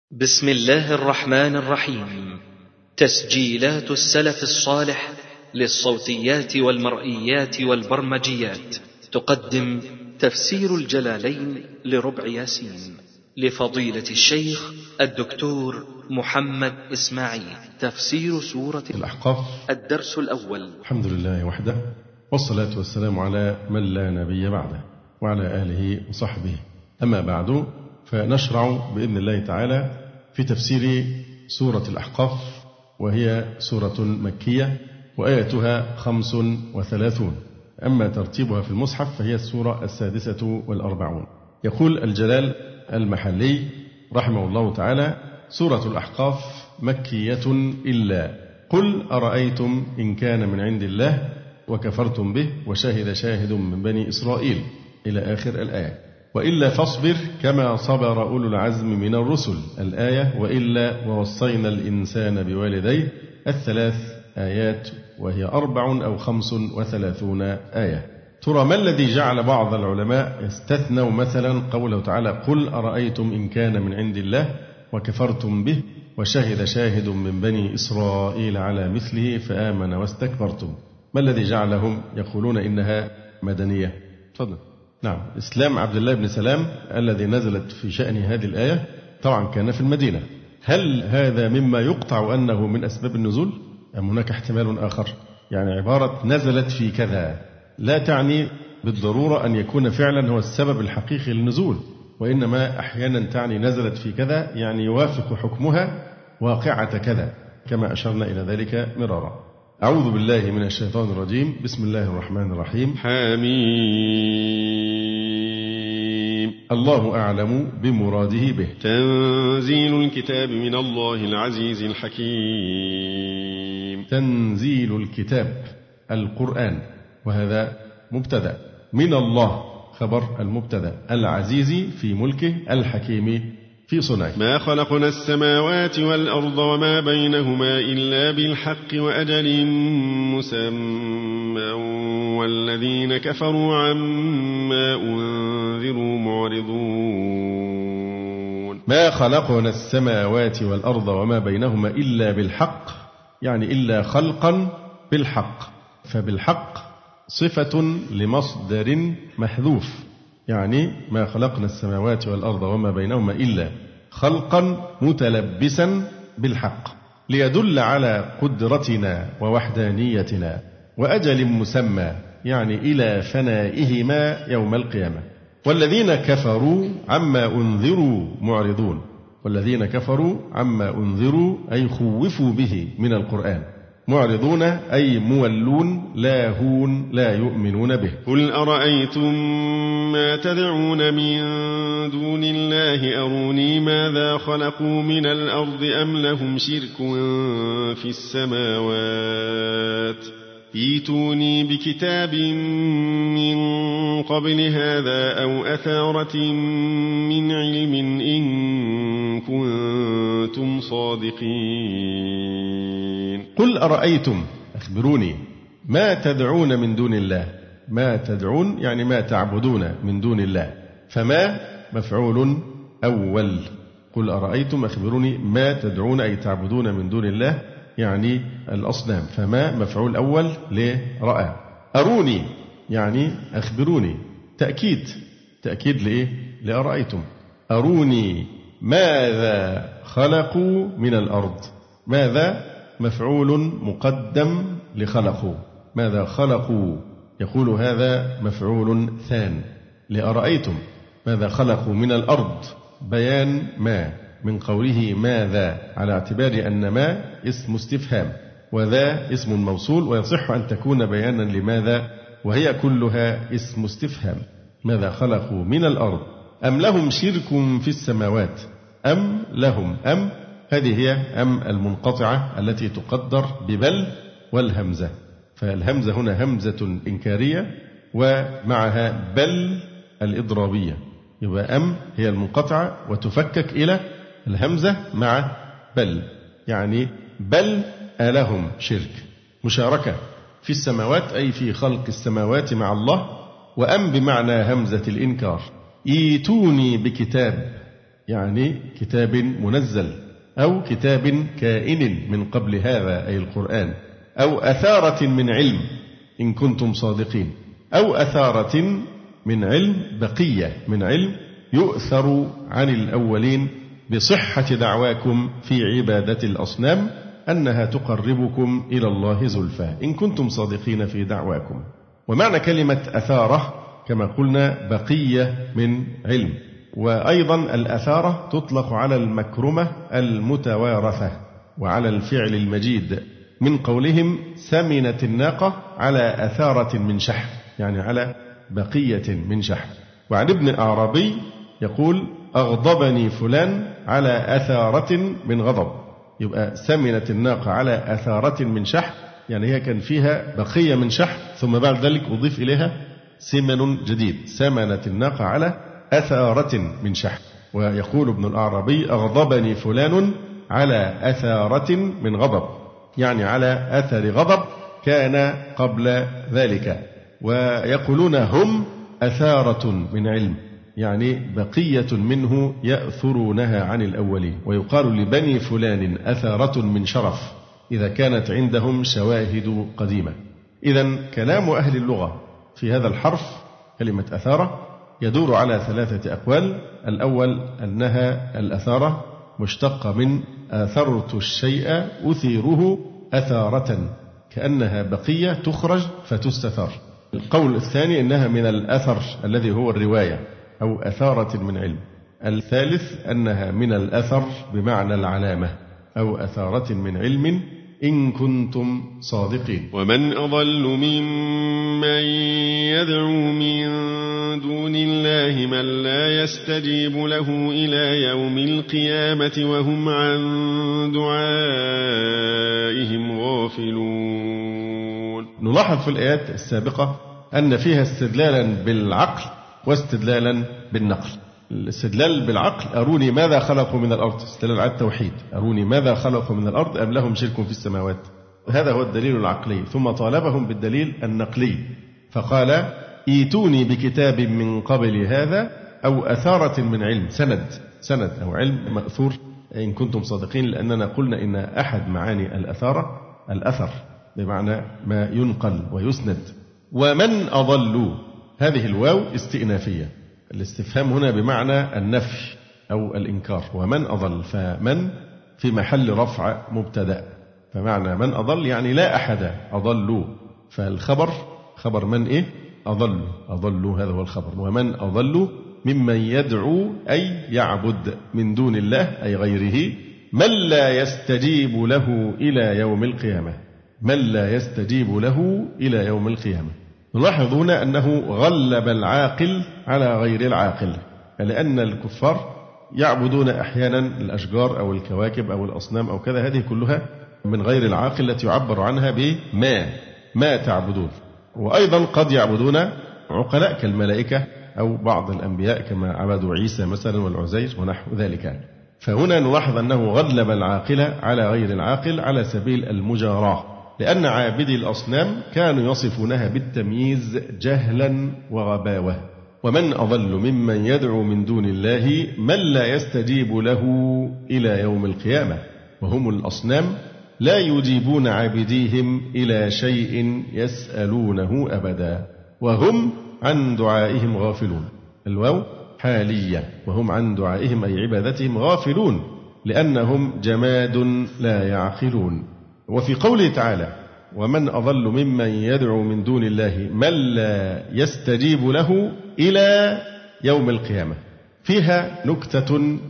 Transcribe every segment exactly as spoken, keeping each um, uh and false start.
بسم الله الرحمن الرحيم. تسجيلات السلف الصالح للصوتيات والمرئيات والبرمجيات تقدم تفسير الجلالين لربع ياسين لفضيلة الشيخ الدكتور محمد إسماعيل. تفسير سورة الأحقاف، الدرس الأول. الحمد لله وحده، والصلاة والسلام على من لا نبي بعده وعلى آله وصحبه. أما بعد، فنشرع بإذن الله تعالى في تفسير سورة الأحقاف، وهي سورة مكية وآياتها خمس وثلاثون. أما ترتيبها في المصحف فهي السورة السادسة والأربعون. يقول الجلال المحلي رحمه الله تعالى: سورة الأحقاف مكية إلا قل أرأيتم إن كان من عند الله وكفرتم به وشهد شاهد من بني إسرائيل إلى آخر الآية. وإلا فاصبر كما صبر أولو العزم من الرسل الآية. وإلا ووصينا الإنسان بوالديه الثلاث آيات، وهي أربع أو خمس وثلاثون آية. ترى ما الذي جعل بعض العلماء يستثنوا مثلا قوله تعالى: قل أرأيتم إن كان من عند الله وكفرتم به وشهد شاهد من بني إسرائيل على مثله فآمن واستكبرتم؟ ما الذي جعلهم يقولون إنها مدنية؟ تفضل. نعم، إسلام عبد الله بن سلام الذي نزلت في شأن هذه الآية طبعا كان في المدينة. هل هذا مما يقطع أنه من أسباب النزول أم هناك احتمال آخر؟ يعني عبارة نزلت في كذا لا تعني بالضرورة أن يكون فعلا هو السبب الحقيقي للنزول، وإنما أحيانا تعني نزلت في كذا يعني يوافق حكمها واقعة كذا، كما أشرنا إلى ذلك مرارا. أعوذ بالله من الشيطان الرجيم. بسم الله الرحمن الرحيم. حميم. الله أعلم بمراده به. تنزيل الكتاب من الله العزيز الحكيم. تنزيل الكتاب القرآن، وهذا مبتدأ، من الله خبر المبتدأ، العزيز في ملكه، الحكيم في صنعه. ما خلقنا السماوات والأرض وما بينهما إلا بالحق وأجل مسمى والذين كفروا عما أنذروا معرضون. ما خلقنا السماوات والأرض وما بينهما إلا بالحق، يعني إلا خلقا بالحق، فبالحق صفة لمصدر محذوف، يعني ما خلقنا السماوات والأرض وما بينهما إلا خلقا متلبسا بالحق، ليدل على قدرتنا ووحدانيتنا، وأجل مسمى يعني إلى فنائهما يوم القيامة. والذين كفروا عما أنذروا معرضون. والذين كفروا عما أنذروا أي خوفوا به من القرآن، معرضون أي مولون لاهون لا يؤمنون به. قل أرأيتم ما تدعون من دون الله أروني ماذا خلقوا من الأرض أم لهم شرك في السماوات ائتوني بكتاب من قبل هذا أو أثارة من علم إن كنتم صادقين. قل أرأيتم، أخبروني، ما تدعون من دون الله. ما تدعون يعني ما تعبدون من دون الله، فما مفعول أول. قل أرأيتم أخبروني ما تدعون أي تعبدون من دون الله، يعني الأصنام، فما مفعول أول لرأى. أروني يعني أخبروني، تأكيد، تأكيد لإيه؟ لأرأيتم. أروني ماذا خلقوا من الأرض. ماذا مفعول مقدم لخلقوا، ماذا خلقوا، يقول هذا مفعول ثان لأرأيتم ماذا خلقوا من الأرض، بيان ما من قوله ماذا، على اعتبار أن ما اسم استفهام وذا اسم موصول، ويصح أن تكون بيانا لماذا، وهي كلها اسم استفهام. ماذا خلقوا من الأرض أم لهم شرك في السماوات. أم لهم، أم هذه هي أم المنقطعة التي تقدر ببل والهمزة، فالهمزة هنا همزة إنكارية ومعها بل الإضرابية، يبقى أم هي المنقطعة وتفكك إلى الهمزة مع بل، يعني بل ألهم شرك، مشاركة في السماوات أي في خلق السماوات مع الله، وأم بمعنى همزة الإنكار. إيتوني بكتاب، يعني كتاب منزل، أو كتاب كائن من قبل هذا أي القرآن، أو أثارة من علم إن كنتم صادقين، أو أثارة من علم، بقية من علم يؤثر عن الأولين بصحة دعواكم في عبادة الأصنام أنها تقربكم إلى الله زلفى إن كنتم صادقين في دعواكم. ومعنى كلمة أثارة كما قلنا بقية من علم. وأيضا الأثارة تطلق على المكرمة المتوارثة وعلى الفعل المجيد، من قولهم سمنت الناقة على أثارة من شحم، يعني على بقية من شحم. وعن ابن أعرابي يقول أغضبني فلان على أثارة من غضب، يبقى سمنت الناقة على أثارة من شحم، يعني هي كان فيها بقية من شحم ثم بعد ذلك أضيف إليها سمن جديد، سمنت الناقة على أثارة من شحم. ويقول ابن الأعرابي أغضبني فلان على أثارة من غضب، يعني على أثر غضب كان قبل ذلك. ويقولون هم أثارة من علم، يعني بقية منه يأثرونها عن الأولين. ويقال لبني فلان أثارة من شرف إذا كانت عندهم شواهد قديمة. إذن كلام أهل اللغة في هذا الحرف كلمة أثارة يدور على ثلاثة أقوال. الأول أنها الأثارة مشتقة من آثرت الشيء أثيره أثارة، كأنها بقية تخرج فتستثار. القول الثاني أنها من الأثر الذي هو الرواية أو أثارة من علم. الثالث أنها من الأثر بمعنى العلامة أو أثارة من علم إن كنتم صادقين. ومن أضل ممن يدعو من دون الله من لا يستجيب له إلى يوم القيامة وهم عن دعائهم غافلون. نلاحظ في الآيات السابقة أن فيها استدلالا بالعقل واستدلالا بالنقل. الاستدلال بالعقل أروني ماذا خلقوا من الأرض، استدلال على التوحيد، أروني ماذا خلقوا من الأرض أم لهم شرك في السماوات، هذا هو الدليل العقلي. ثم طالبهم بالدليل النقلي فقال ايتوني بكتاب من قبل هذا أو أثارة من علم، سند سند أو علم مأثور إن كنتم صادقين، لأننا قلنا إن أحد معاني الأثارة الأثر بمعنى ما ينقل ويسند. ومن أضل، هذه الواو استئنافية، الاستفهام هنا بمعنى النفي أو الإنكار. ومن أضل، فمن في محل رفع مبتدأ، فمعنى من أضل يعني لا أحد أضل، فالخبر خبر من إيه أضل أضل هذا هو الخبر. ومن أضل ممن يدعو أي يعبد من دون الله أي غيره، من لا يستجيب له إلى يوم القيامة، من لا يستجيب له إلى يوم القيامة. نلاحظون أنه غلب العاقل على غير العاقل، لأن الكفار يعبدون أحيانا الأشجار أو الكواكب أو الأصنام أو كذا، هذه كلها من غير العاقل التي يعبر عنها بما ما تعبدون. وأيضا قد يعبدون عقلاء كالملائكة أو بعض الأنبياء كما عبدوا عيسى مثلا والعزير ونحو ذلك. فهنا نلاحظ أنه غلب العاقل على غير العاقل على سبيل المجاراة، لأن عابدي الأصنام كانوا يصفونها بالتمييز جهلا وغباوة. ومن أضل ممن يدعو من دون الله من لا يستجيب له إلى يوم القيامة وهم الأصنام لا يجيبون عابديهم إلى شيء يسألونه أبدا وهم عن دعائهم غافلون. الواو حالية، وهم عن دعائهم أي عبادتهم غافلون لأنهم جماد لا يعقلون. وفي قوله تعالى ومن أضل ممن يدعو من دون الله من لا يستجيب له إلى يوم القيامة، فيها نكتة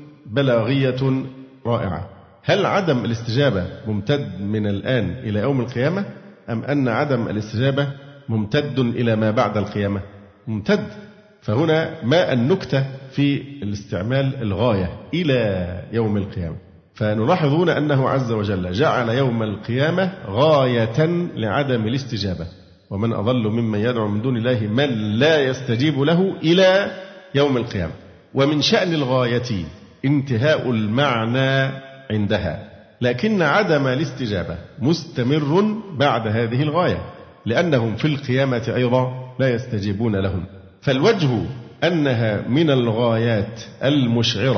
بلاغية رائعة. هل عدم الاستجابة ممتد من الآن إلى يوم القيامة، أم أن عدم الاستجابة ممتد إلى ما بعد القيامة؟ ممتد. فهنا ما النكتة في الاستعمال الغاية إلى يوم القيامة. فنلاحظون أنه عز وجل جعل يوم القيامة غاية لعدم الاستجابة. ومن أضل ممن يدعو من دون الله من لا يستجيب له إلى يوم القيامة. ومن شأن الغاية انتهاء المعنى عندها، لكن عدم الاستجابة مستمر بعد هذه الغاية، لأنهم في القيامة أيضا لا يستجيبون لهم. فالوجه أنها من الغايات المشعرة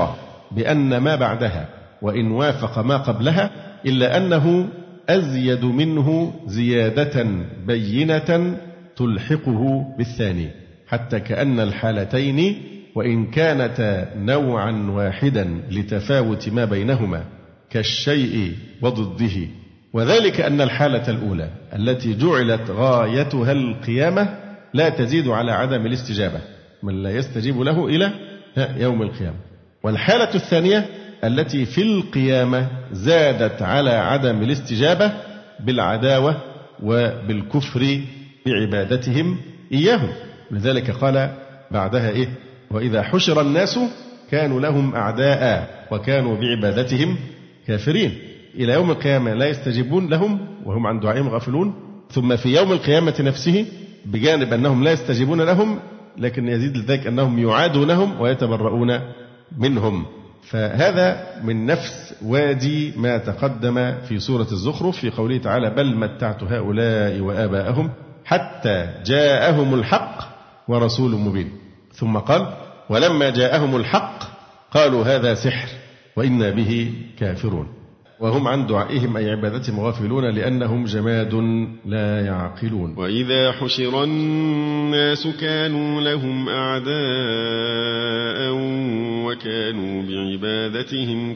بأن ما بعدها وإن وافق ما قبلها إلا أنه أزيد منه زيادة بينة تلحقه بالثاني، حتى كأن الحالتين وإن كانتا نوعا واحدا لتفاوت ما بينهما كالشيء وضده. وذلك أن الحالة الأولى التي جعلت غايتها القيامة لا تزيد على عدم الاستجابة، من لا يستجيب له إلى يوم القيامة. والحالة الثانية التي في القيامة زادت على عدم الاستجابة بالعداوة وبالكفر بعبادتهم إياهم. لذلك قال بعدها إيه؟ وإذا حشر الناس كانوا لهم أعداء وكانوا بعبادتهم كافرين. إلى يوم القيامة لا يستجيبون لهم وهم عن دعائهم غافلون، ثم في يوم القيامة نفسه بجانب أنهم لا يستجيبون لهم لكن يزيد لذلك أنهم يعادونهم ويتبرؤون منهم. فهذا من نفس وادي ما تقدم في سورة الزخرف في قوله تعالى بل متعت هؤلاء وآباءهم حتى جاءهم الحق ورسول مبين. ثم قال ولما جاءهم الحق قالوا هذا سحر وإنا به كافرون، وهم عن دعائهم أي عبادتهم غافلون لأنهم جماد لا يعقلون. وإذا حشر الناس كانوا لهم أعداء وكانوا بعبادتهم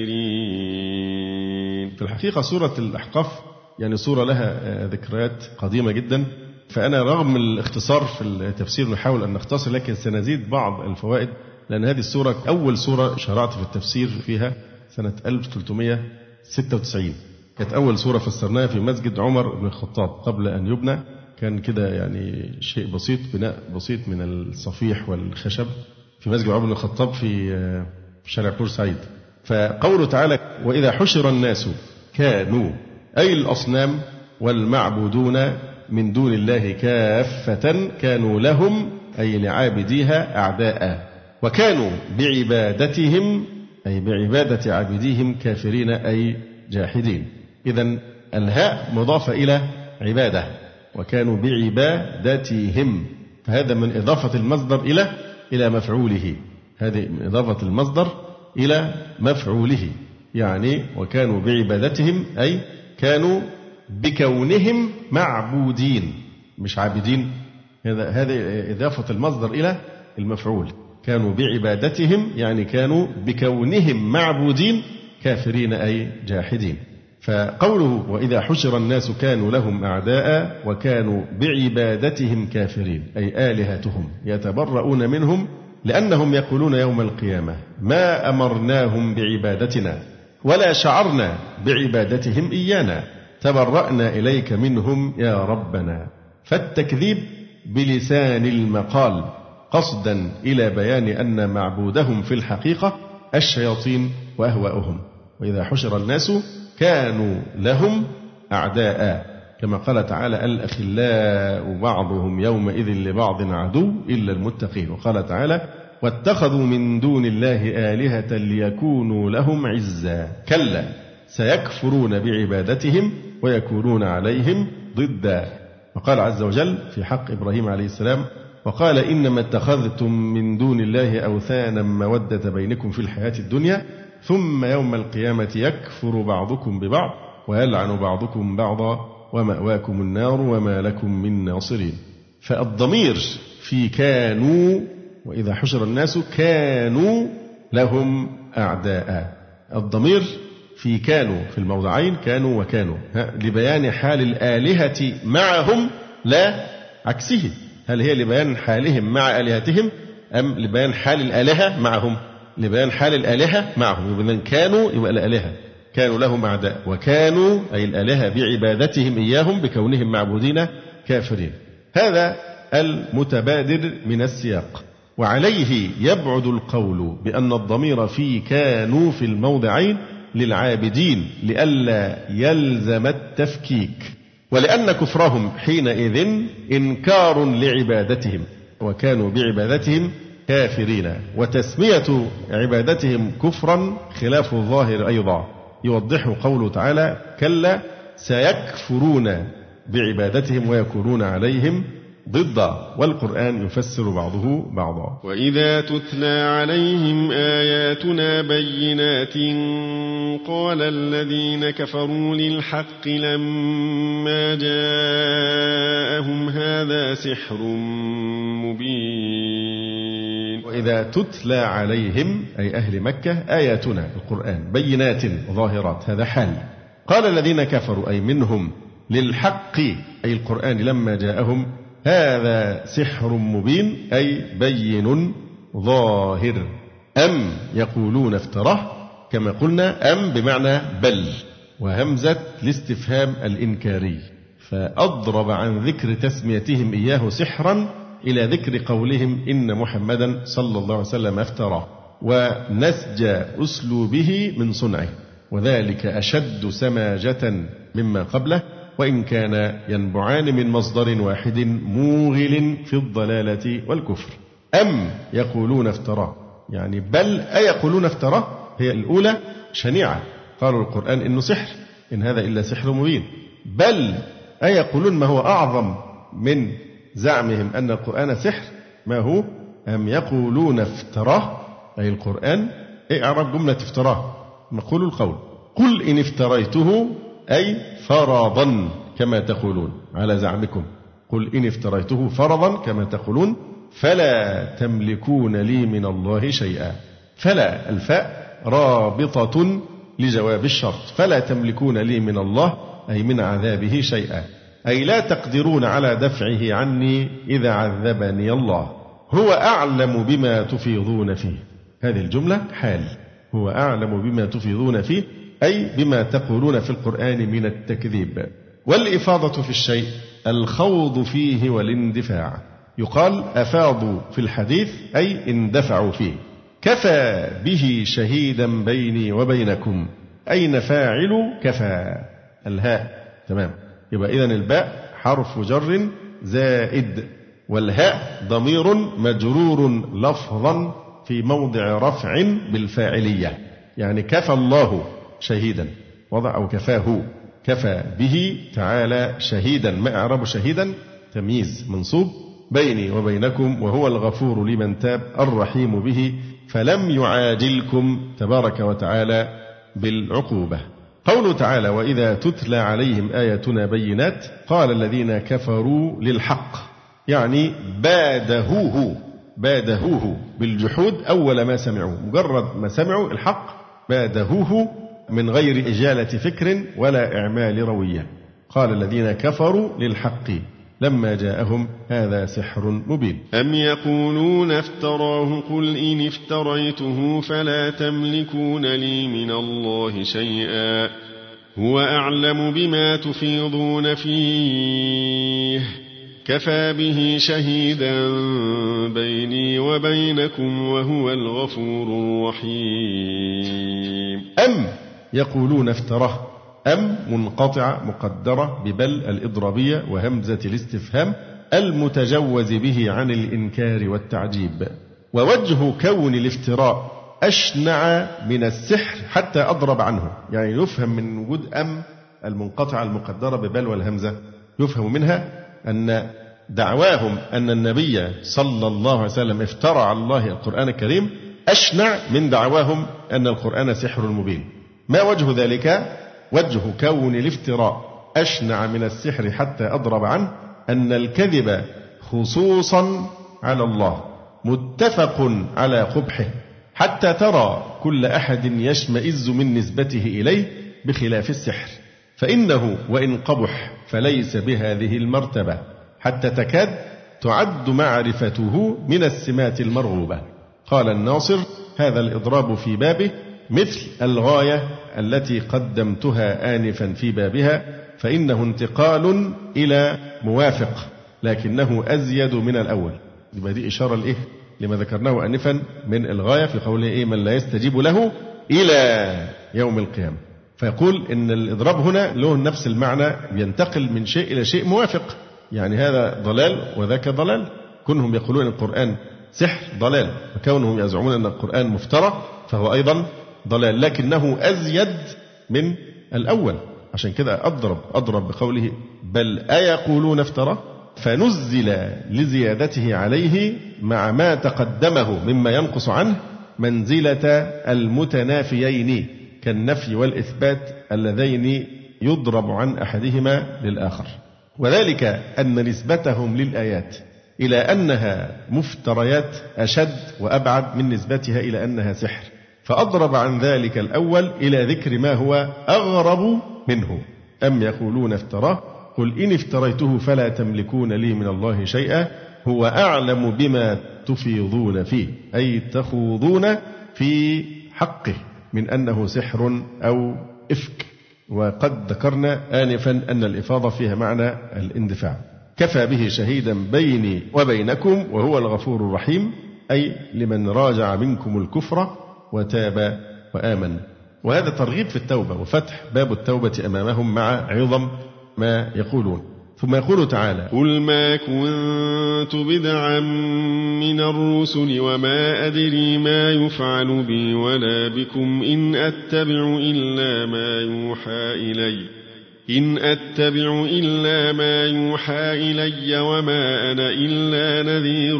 كافرين. في الحقيقة سورة الأحقاف يعني سورة لها ذكريات قديمة جدا، فأنا رغم الاختصار في التفسير نحاول أن نختصر لكن سنزيد بعض الفوائد، لأن هذه السورة أول سورة شرعت في التفسير فيها سنة ألف وثلاثمائة وستة وتسعين، كانت أول سورة فسرناها في مسجد عمر بن الخطاب قبل أن يبنى. كان كده يعني شيء بسيط، بناء بسيط من الصفيح والخشب في مسجد عمر بن الخطاب في شارع بورسعيد. فقوله تعالى وإذا حشر الناس كانوا أي الأصنام والمعبودون من دون الله كافة كانوا لهم أي لعابديها أعداء، وكانوا بعبادتهم أي بعبادة عابديهم كافرين أي جاحدين. إذن الهاء مضافة إلى عبادة، وكانوا بعبادتهم، فهذا من إضافة المصدر إلى إلى مفعوله، هذه من إضافة المصدر إلى مفعوله، يعني وكانوا بعبادتهم أي كانوا بكونهم معبودين مش عابدين، هذا هذه إضافة المصدر إلى المفعول. كانوا بعبادتهم يعني كانوا بكونهم معبودين كافرين أي جاحدين. فقوله وإذا حشر الناس كانوا لهم أعداء وكانوا بعبادتهم كافرين أي آلهتهم يتبرؤون منهم لأنهم يقولون يوم القيامة ما أمرناهم بعبادتنا ولا شعرنا بعبادتهم إيانا تبرأنا إليك منهم يا ربنا. فالتكذيب بلسان المقال قصدا إلى بيان أن معبودهم في الحقيقة الشياطين وأهواؤهم. وإذا حشر الناس كانوا لهم أعداء، كما قال تعالى الأخلاء بعضهم يومئذ لبعض عدو إلا المتقين. وقال تعالى واتخذوا من دون الله آلهة ليكونوا لهم عزا كلا سيكفرون بعبادتهم ويكونون عليهم ضدا. وقال عز وجل في حق إبراهيم عليه السلام وقال إنما اتخذتم من دون الله أوثانا مودة بينكم في الحياة الدنيا ثم يوم القيامة يكفر بعضكم ببعض ويلعن بعضكم بعضا ومأواكم النار وما لكم من ناصرين. فالضمير في كانوا وإذا حشر الناس كانوا لهم أعداء، الضمير في كانوا في الموضعين كانوا وكانوا لبيان حال الآلهة معهم لا عكسه. هل هي لبيان حالهم مع آلهتهم أم لبيان حال الآلهة معهم؟ لبيان حال الآلهة معهم. يبقى كانوا يبقى الآلهة كانوا لهم أعداء وكانوا أي الآلهة بعبادتهم إياهم بكونهم معبودين كافرين. هذا المتبادر من السياق. وعليه يبعد القول بأن الضمير في كانوا في الموضعين للعابدين لئلا يلزم التفكيك، ولأن كفرهم حينئذ إنكار لعبادتهم وكانوا بعبادتهم كافرين، وتسمية عبادتهم كفرا خلاف الظاهر أيضا يوضح قوله تعالى كلا سيكفرون بعبادتهم ويكونون عليهم ضد، والقرآن يفسر بعضه بعضا. وإذا تتلى عليهم آياتنا بينات قال الذين كفروا للحق لما جاءهم هذا سحر مبين. وإذا تتلى عليهم أي أهل مكة آياتنا القرآن بينات ظاهرات، هذا حال. قال الذين كفروا أي منهم للحق أي القرآن لما جاءهم هذا سحر مبين أي بين ظاهر. أم يقولون افتراه كما قلنا، أم بمعنى بل، وهمزة الاستفهام الإنكاري، فأضرب عن ذكر تسميتهم إياه سحرا إلى ذكر قولهم إن محمدا صلى الله عليه وسلم افتراه، ونسج أسلوبه من صنعه، وذلك أشد سماجة مما قبله، وإن كان ينبعان من مصدر واحد موغل في الضلالة والكفر. أم يقولون افتراه يعني بل أيقولون افتراه، هي الأولى شنيعة، قالوا القرآن إنه سحر، إن هذا إلا سحر مبين. بل أيقولون ما هو أعظم من زعمهم أن القرآن سحر، ما هو أم يقولون افتراه أي القرآن. إيه أعرب جملة افتراه؟ نقول القول قل إن افتريته أي فرضا كما تقولون على زعمكم، قل إن افتريته فرضا كما تقولون فلا تملكون لي من الله شيئا. فلا الفاء رابطة لجواب الشرط، فلا تملكون لي من الله أي من عذابه شيئا، أي لا تقدرون على دفعه عني إذا عذبني الله. هو أعلم بما تفيضون فيه، هذه الجملة حال، هو أعلم بما تفيضون فيه أي بما تقولون في القرآن من التكذيب. والإفاضة في الشيء الخوض فيه والاندفاع، يقال أفاضوا في الحديث أي اندفعوا فيه. كفى به شهيدا بيني وبينكم أين فاعل كفى الهاء، تمام، يبقى إذن الباء حرف جر زائد، والهاء ضمير مجرور لفظا في موضع رفع بالفاعلية، يعني كفى الله شهيدا وضع أو كفاه، كفى به تعالى شهيدا. ما إعراب شهيدا؟ تمييز منصوب، بيني وبينكم وهو الغفور لمن تاب الرحيم به، فلم يعاجلكم تبارك وتعالى بالعقوبة. قوله تعالى وإذا تتلى عليهم آياتنا بينات قال الذين كفروا للحق، يعني بادهوه بادهوه بالجحود أول ما سمعوا، مجرد ما سمعوا الحق بادهوه من غير إجالة فكر ولا إعمال روية. قال الذين كفروا للحق لما جاءهم هذا سحر مبين. أم يقولون افتراه قل إن افتريته فلا تملكون لي من الله شيئا هو أعلم بما تفيضون فيه كفى به شهيدا بيني وبينكم وهو الغفور الرحيم. أم يقولون افتراه، أم منقطعة مقدرة ببل الإضرابية وهمزة الاستفهام المتجوز به عن الإنكار والتعجيب. ووجه كون الافتراء أشنع من السحر حتى أضرب عنه، يعني يفهم من وجود أم المنقطعة المقدرة ببل والهمزة، يفهم منها أن دعواهم أن النبي صلى الله عليه وسلم افترى على الله القرآن الكريم أشنع من دعواهم أن القرآن سحر مبين. ما وجه ذلك؟ وجه كون الافتراء أشنع من السحر حتى أضرب عنه أن الكذب خصوصا على الله متفق على قبحه، حتى ترى كل أحد يشمئز من نسبته إليه، بخلاف السحر فإنه وإن قبح فليس بهذه المرتبة، حتى تكاد تعد معرفته من السمات المرغوبة. قال الناصر هذا الإضراب في بابه مثل الغاية التي قدمتها آنفا في بابها، فإنه انتقال إلى موافق لكنه أزيد من الأول. يبقى دي إشارة لإيه؟ لما ذكرناه آنفا من الغاية في قوله إيه؟ من لا يستجيب له إلى يوم القيامة. فيقول إن الإضراب هنا له نفس المعنى، ينتقل من شيء إلى شيء موافق، يعني هذا ضلال وذاك ضلال. كونهم يقولون أن القرآن سحر ضلال، وكونهم يزعمون أن القرآن مفترى فهو أيضا ضلال، لكنه أزيد من الأول. عشان كده أضرب أضرب بقوله بل أيقولون افترى، فنزل لزيادته عليه مع ما تقدمه مما ينقص عنه منزلة المتنافيين كالنفي والإثبات اللذين يضرب عن أحدهما للآخر، وذلك أن نسبتهم للآيات إلى أنها مفتريات أشد وأبعد من نسبتها إلى أنها سحر، فأضرب عن ذلك الأول إلى ذكر ما هو أغرب منه. أم يقولون افتراه قل إن افتريته فلا تملكون لي من الله شيئا هو أعلم بما تفيضون فيه، أي تخوضون في حقه من أنه سحر أو إفك. وقد ذكرنا آنفا أن الإفاضة فيها معنى الاندفاع. كفى به شهيدا بيني وبينكم وهو الغفور الرحيم، أي لمن راجع منكم الكفر وتاب وآمن. وهذا ترغيب في التوبة وفتح باب التوبة أمامهم مع عظم ما يقولون. ثم يقول تعالى قل ما كنت بدعا من الرسل وما أدري ما يفعل بي ولا بكم إن أتبع إلا ما يوحى إلي إن أتبع إلا ما يوحى إلي وما أنا إلا نذير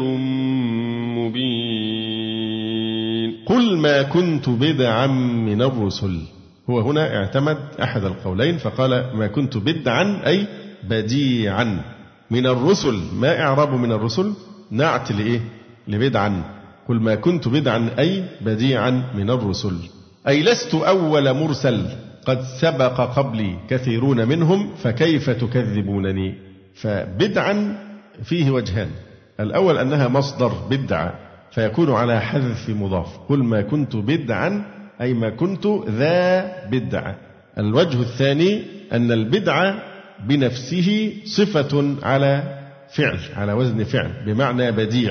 مبين. قل ما كنت بدعا من الرسل، هو هنا اعتمد أحد القولين فقال ما كنت بدعا أي بديعا من الرسل. ما إعراب من الرسل؟ نعت لإيه؟ لبدعا. قل ما كنت بدعا أي بديعا من الرسل، أي لست أول مرسل قد سبق قبلي كثيرون منهم فكيف تكذبونني. فبدعا فيه وجهان، الأول أنها مصدر بدعة فيكون على حذف مضاف، قل ما كنت بدعا أي ما كنت ذا بدعة. الوجه الثاني أن البدعة بنفسه صفة على فعل، على وزن فعل بمعنى بديع،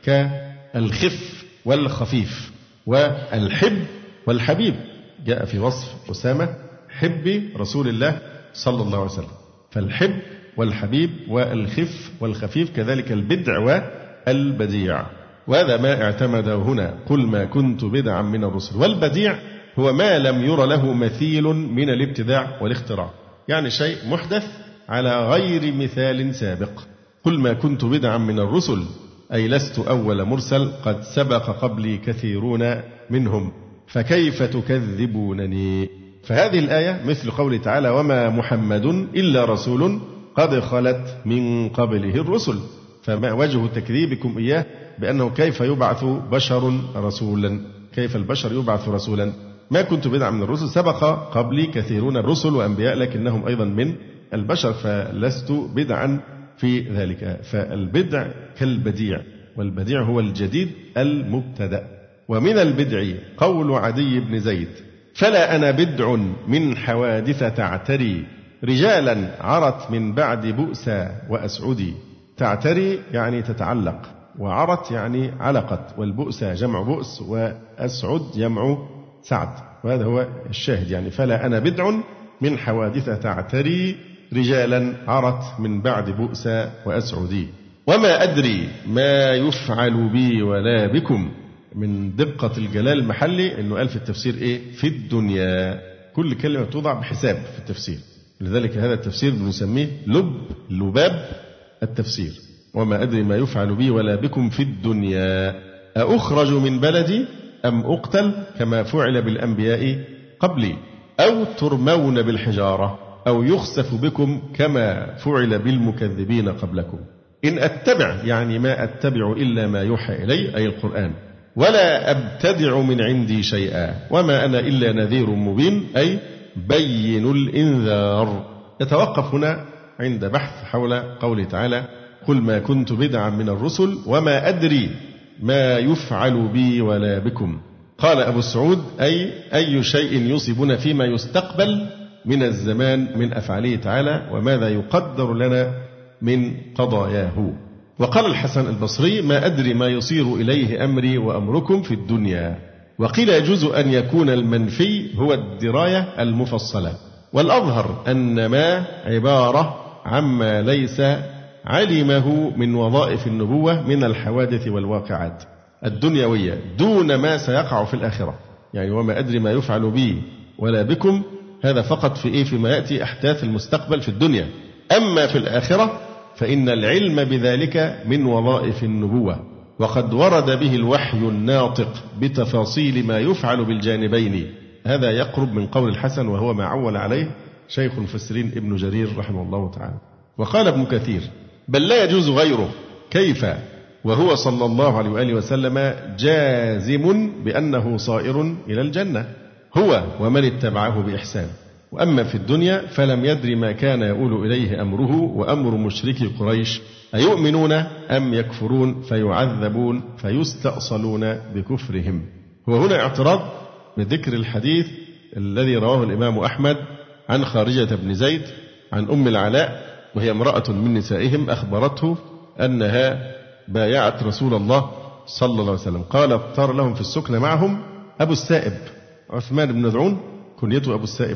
كالخف والخفيف والحب والحبيب. جاء في وصف أسامة حب رسول الله صلى الله عليه وسلم، فالحب والحبيب والخف والخفيف كذلك البدع والبديع. وهذا ما اعتمده هنا قل ما كنت بدعا من الرسل. والبديع هو ما لم ير له مثيل من الابتداع والاختراع، يعني شيء محدث على غير مثال سابق. قل ما كنت بدعا من الرسل أي لست أول مرسل قد سبق قبلي كثيرون منهم فكيف تكذبونني. فهذه الآية مثل قوله تعالى وما محمد إلا رسول قد خلت من قبله الرسل، فما وجه تكذيبكم إياه بأنه كيف يبعث بشر رسولا، كيف البشر يبعث رسولا. ما كنت بدعا من الرسل سبق قبلي كثيرون الرسل وأنبياء لكنهم أيضا من البشر فلست بدعا في ذلك. فالبدع كالبديع، والبديع هو الجديد المبتدأ. ومن البدع قول عدي بن زيد فلا أنا بدع من حوادث تعتري رجالا عرت من بعد بؤسى وأسعدي. تعتري يعني تتعلق، وعرت يعني علقت، والبؤسى جمع بؤس وأسعد جمع سعد، وهذا هو الشاهد. يعني فلا أنا بدع من حوادث تعتري رجالا عرت من بعد بؤسى وأسعدي. وما أدري ما يفعل بي ولا بكم. من دقة الجلال المحلي أنه قال في التفسير إيه؟ في الدنيا. كل كلمة توضع بحساب في التفسير، لذلك هذا التفسير بنسميه لب لباب التفسير. وما أدري ما يفعل بي ولا بكم في الدنيا أأخرج من بلدي أم أقتل كما فعل بالأنبياء قبلي أو ترمون بالحجارة أو يخسف بكم كما فعل بالمكذبين قبلكم. إن أتبع يعني ما أتبع إلا ما يوحى إلي أي القرآن، ولا أبتدع من عندي شيئا وما أنا إلا نذير مبين أي بين الإنذار. يتوقف هنا عند بحث حول قوله تعالى قل ما كنت بدعا من الرسل وما أدري ما يفعل بي ولا بكم. قال أبو السعود أي أي شيء يصيبنا فيما يستقبل من الزمان من أفعاله تعالى وماذا يقدر لنا من قضاياه. وقال الحسن البصري ما أدري ما يصير إليه أمري وأمركم في الدنيا. وقيل يجوز أن يكون المنفي هو الدراية المفصلة، والأظهر أن ما عبارة عما ليس علمه من وظائف النبوة من الحوادث والواقعات الدنيوية دون ما سيقع في الآخرة. يعني وما أدري ما يفعل بي ولا بكم هذا فقط في إيه؟ فيما يأتي أحداث المستقبل في الدنيا. أما في الآخرة فإن العلم بذلك من وظائف النبوة، وقد ورد به الوحي الناطق بتفاصيل ما يفعل بالجانبين. هذا يقرب من قول الحسن، وهو ما عول عليه شيخ المفسرين ابن جرير رحمه الله تعالى. وقال ابن كثير: بل لا يجوز غيره. كيف وهو صلى الله عليه وآله وسلم جازم بأنه صائر إلى الجنة، هو ومن اتبعه بإحسان. وأما في الدنيا فلم يدر ما كان يؤول إليه أمره وأمر مشركي قريش، أيؤمنون أم يكفرون فيعذبون فيستأصلون بكفرهم. وهنا اعتراض بذكر الحديث الذي رواه الإمام أحمد عن خارجة بن زيد عن أم العلاء، وهي امرأة من نسائهم، أخبرته أنها بايعت رسول الله صلى الله عليه وسلم. قال: اختار لهم في السكن معهم أبو السائب، عثمان بن مذعون كنيته أبو السائب.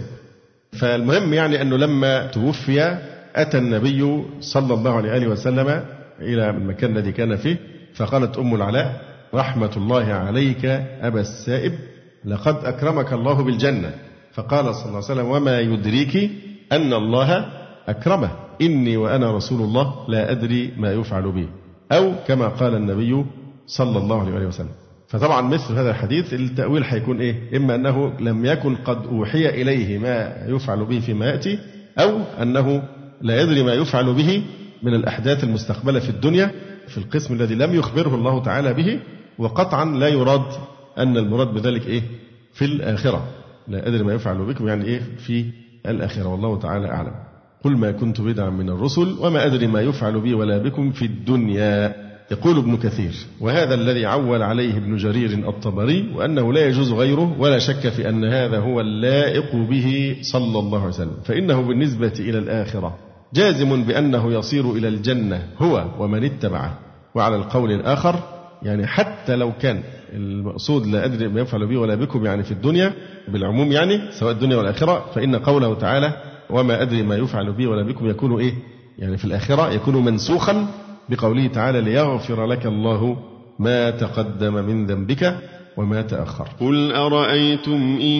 فالمهم يعني أنه لما توفي أتى النبي صلى الله عليه وسلم إلى المكان الذي كان فيه، فقالت أم العلاء: رحمة الله عليك أبا السائب، لقد أكرمك الله بالجنة. فقال صلى الله عليه وسلم: وما يدريك أن الله أكرمه، إني وأنا رسول الله لا أدري ما يفعل بي، أو كما قال النبي صلى الله عليه وسلم. فطبعا مثل هذا الحديث التأويل حيكون إيه؟ إما أنه لم يكن قد أوحي إليه ما يفعل به فيما يأتي، أو أنه لا يدري ما يفعل به من الأحداث المستقبلة في الدنيا في القسم الذي لم يخبره الله تعالى به. وقطعا لا يراد أن المراد بذلك إيه؟ في الآخرة، لا أدري ما يفعل بكم يعني إيه؟ في الآخرة، والله تعالى أعلم. قل ما كنت بدعا من الرسل وما أدري ما يفعل بي ولا بكم في الدنيا. يقول ابن كثير: وهذا الذي عول عليه ابن جرير الطبري، وأنه لا يجوز غيره، ولا شك في أن هذا هو اللائق به صلى الله عليه وسلم، فإنه بالنسبة إلى الآخرة جازم بأنه يصير إلى الجنة هو ومن اتبعه. وعلى القول الآخر يعني حتى لو كان المقصود لا أدري ما يفعل بي ولا بكم يعني في الدنيا بالعموم، يعني سواء الدنيا والآخرة، فإن قوله تعالى وما أدري ما يفعل بي ولا بكم يكون إيه؟ يعني في الآخرة يكون منسوخا بقوله تعالى: ليغفر لك الله ما تقدم من ذنبك وما تأخر. قل أرأيتم إن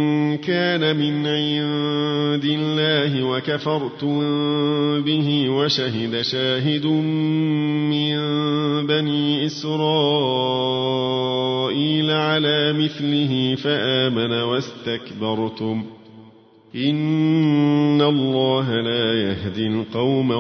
كان من عند الله وكفرتم به وشهد شاهد من بني إسرائيل على مثله فآمن واستكبرتم إن الله لا يهدي القوم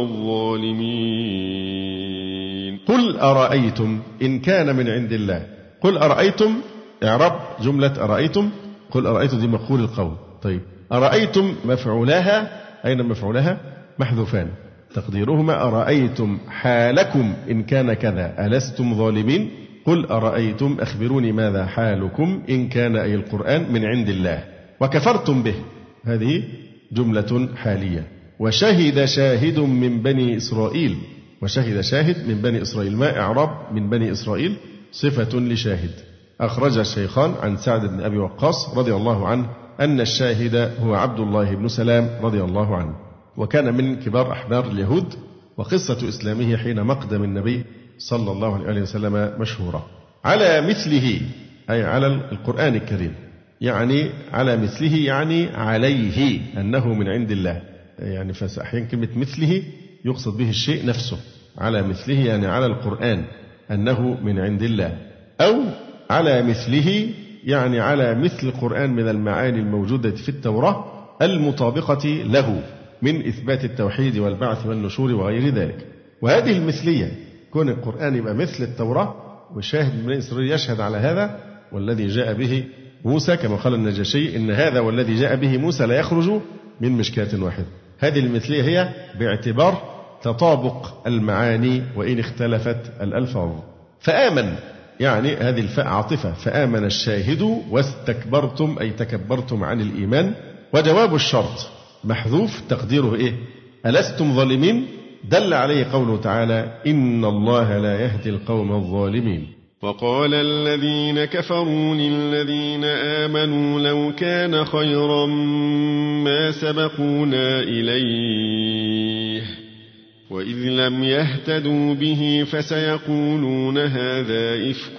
الظالمين. قل أرأيتم إن كان من عند الله. قل أرأيتم إعراب جملة أرأيتم. قل أرأيتم دي مقول القول. طيب أرأيتم مفعولها أين مفعولها؟ محذوفان تقديرهما أرأيتم حالكم إن كان كذا ألستم ظالمين. قل أرأيتم أخبروني ماذا حالكم إن كان أي القرآن من عند الله وكفرتم به، هذه جملة حالية. وشهد شاهد من بني إسرائيل. وشهد شاهد من بني إسرائيل، ما إعراب من بني إسرائيل؟ صفة لشاهد. أخرج الشيخان عن سعد بن أبي وقاص رضي الله عنه أن الشاهد هو عبد الله بن سلام رضي الله عنه، وكان من كبار أحبار اليهود. وقصة إسلامه حين مقدم النبي صلى الله عليه وسلم مشهورة. على مثله أي على القرآن الكريم، يعني على مثله يعني عليه أنه من عند الله، يعني فأحيانا كلمة مثله يقصد به الشيء نفسه. على مثله يعني على القرآن أنه من عند الله، أو على مثله يعني على مثل القرآن من المعاني الموجودة في التوراة المطابقة له من إثبات التوحيد والبعث والنشور وغير ذلك. وهذه المثلية كون القرآن يبقى مثل التوراة، وشاهد من إسرائيل يشهد على هذا، والذي جاء به موسى كما قال النجاشي إن هذا والذي جاء به موسى لا يخرج من مشكاة واحدة. هذه المثلية هي باعتبار تطابق المعاني وإن اختلفت الألفاظ. فآمن يعني هذه الفاء عاطفة، فآمن الشاهد واستكبرتم أي تكبرتم عن الإيمان. وجواب الشرط محذوف تقديره إيه؟ ألستم ظالمين، دل عليه قوله تعالى إن الله لا يهدي القوم الظالمين. وقال الذين كفروا للذين آمنوا لو كان خيرا ما سبقونا إليه وإذ لم يهتدوا به فسيقولون هذا إفك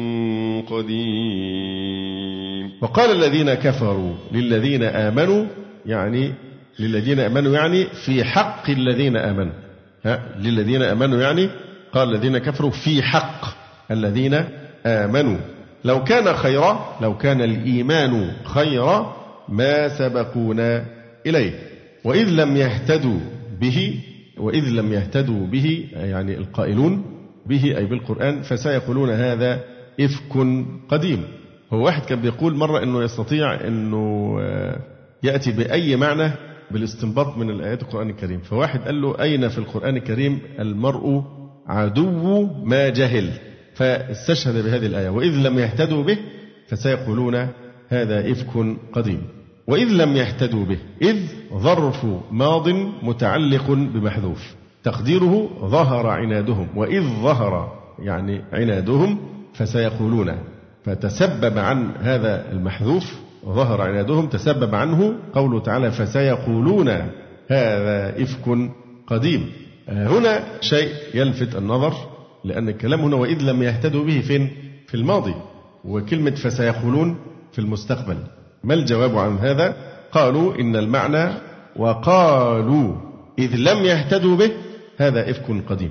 قديم. وقال الذين كفروا للذين آمنوا، يعني للذين آمنوا يعني في حق الذين آمنوا، للذين آمنوا يعني قال الذين كفروا في حق الذين آمنوا. لو كان خيرا، لو كان الإيمان خيرا ما سبقونا إليه. وإذ لم يهتدوا به، وإذ لم يهتدوا به يعني القائلون به أي بالقرآن، فسيقولون هذا إفك قديم. هو واحد كان بيقول مرة أنه يستطيع أنه يأتي بأي معنى بالاستنباط من الآيات القرآن الكريم، فواحد قال له أين في القرآن الكريم المرء عدو ما جهل، فاستشهد بهذه الآية وإذ لم يهتدوا به فسيقولون هذا إفك قديم. وإذ لم يهتدوا به، إذ ظرف ماض متعلق بمحذوف تقديره ظهر عنادهم، وإذ ظهر يعني عنادهم فسيقولون، فتسبب عن هذا المحذوف ظهر عنادهم تسبب عنه قوله تعالى فسيقولون هذا إفك قديم. هنا شيء يلفت النظر، لأن الكلام هنا وإذ لم يهتدوا به فين؟ في الماضي، وكلمة فسيقولون في المستقبل. ما الجواب عن هذا؟ قالوا إن المعنى وقالوا إذ لم يهتدوا به هذا إفك قديم،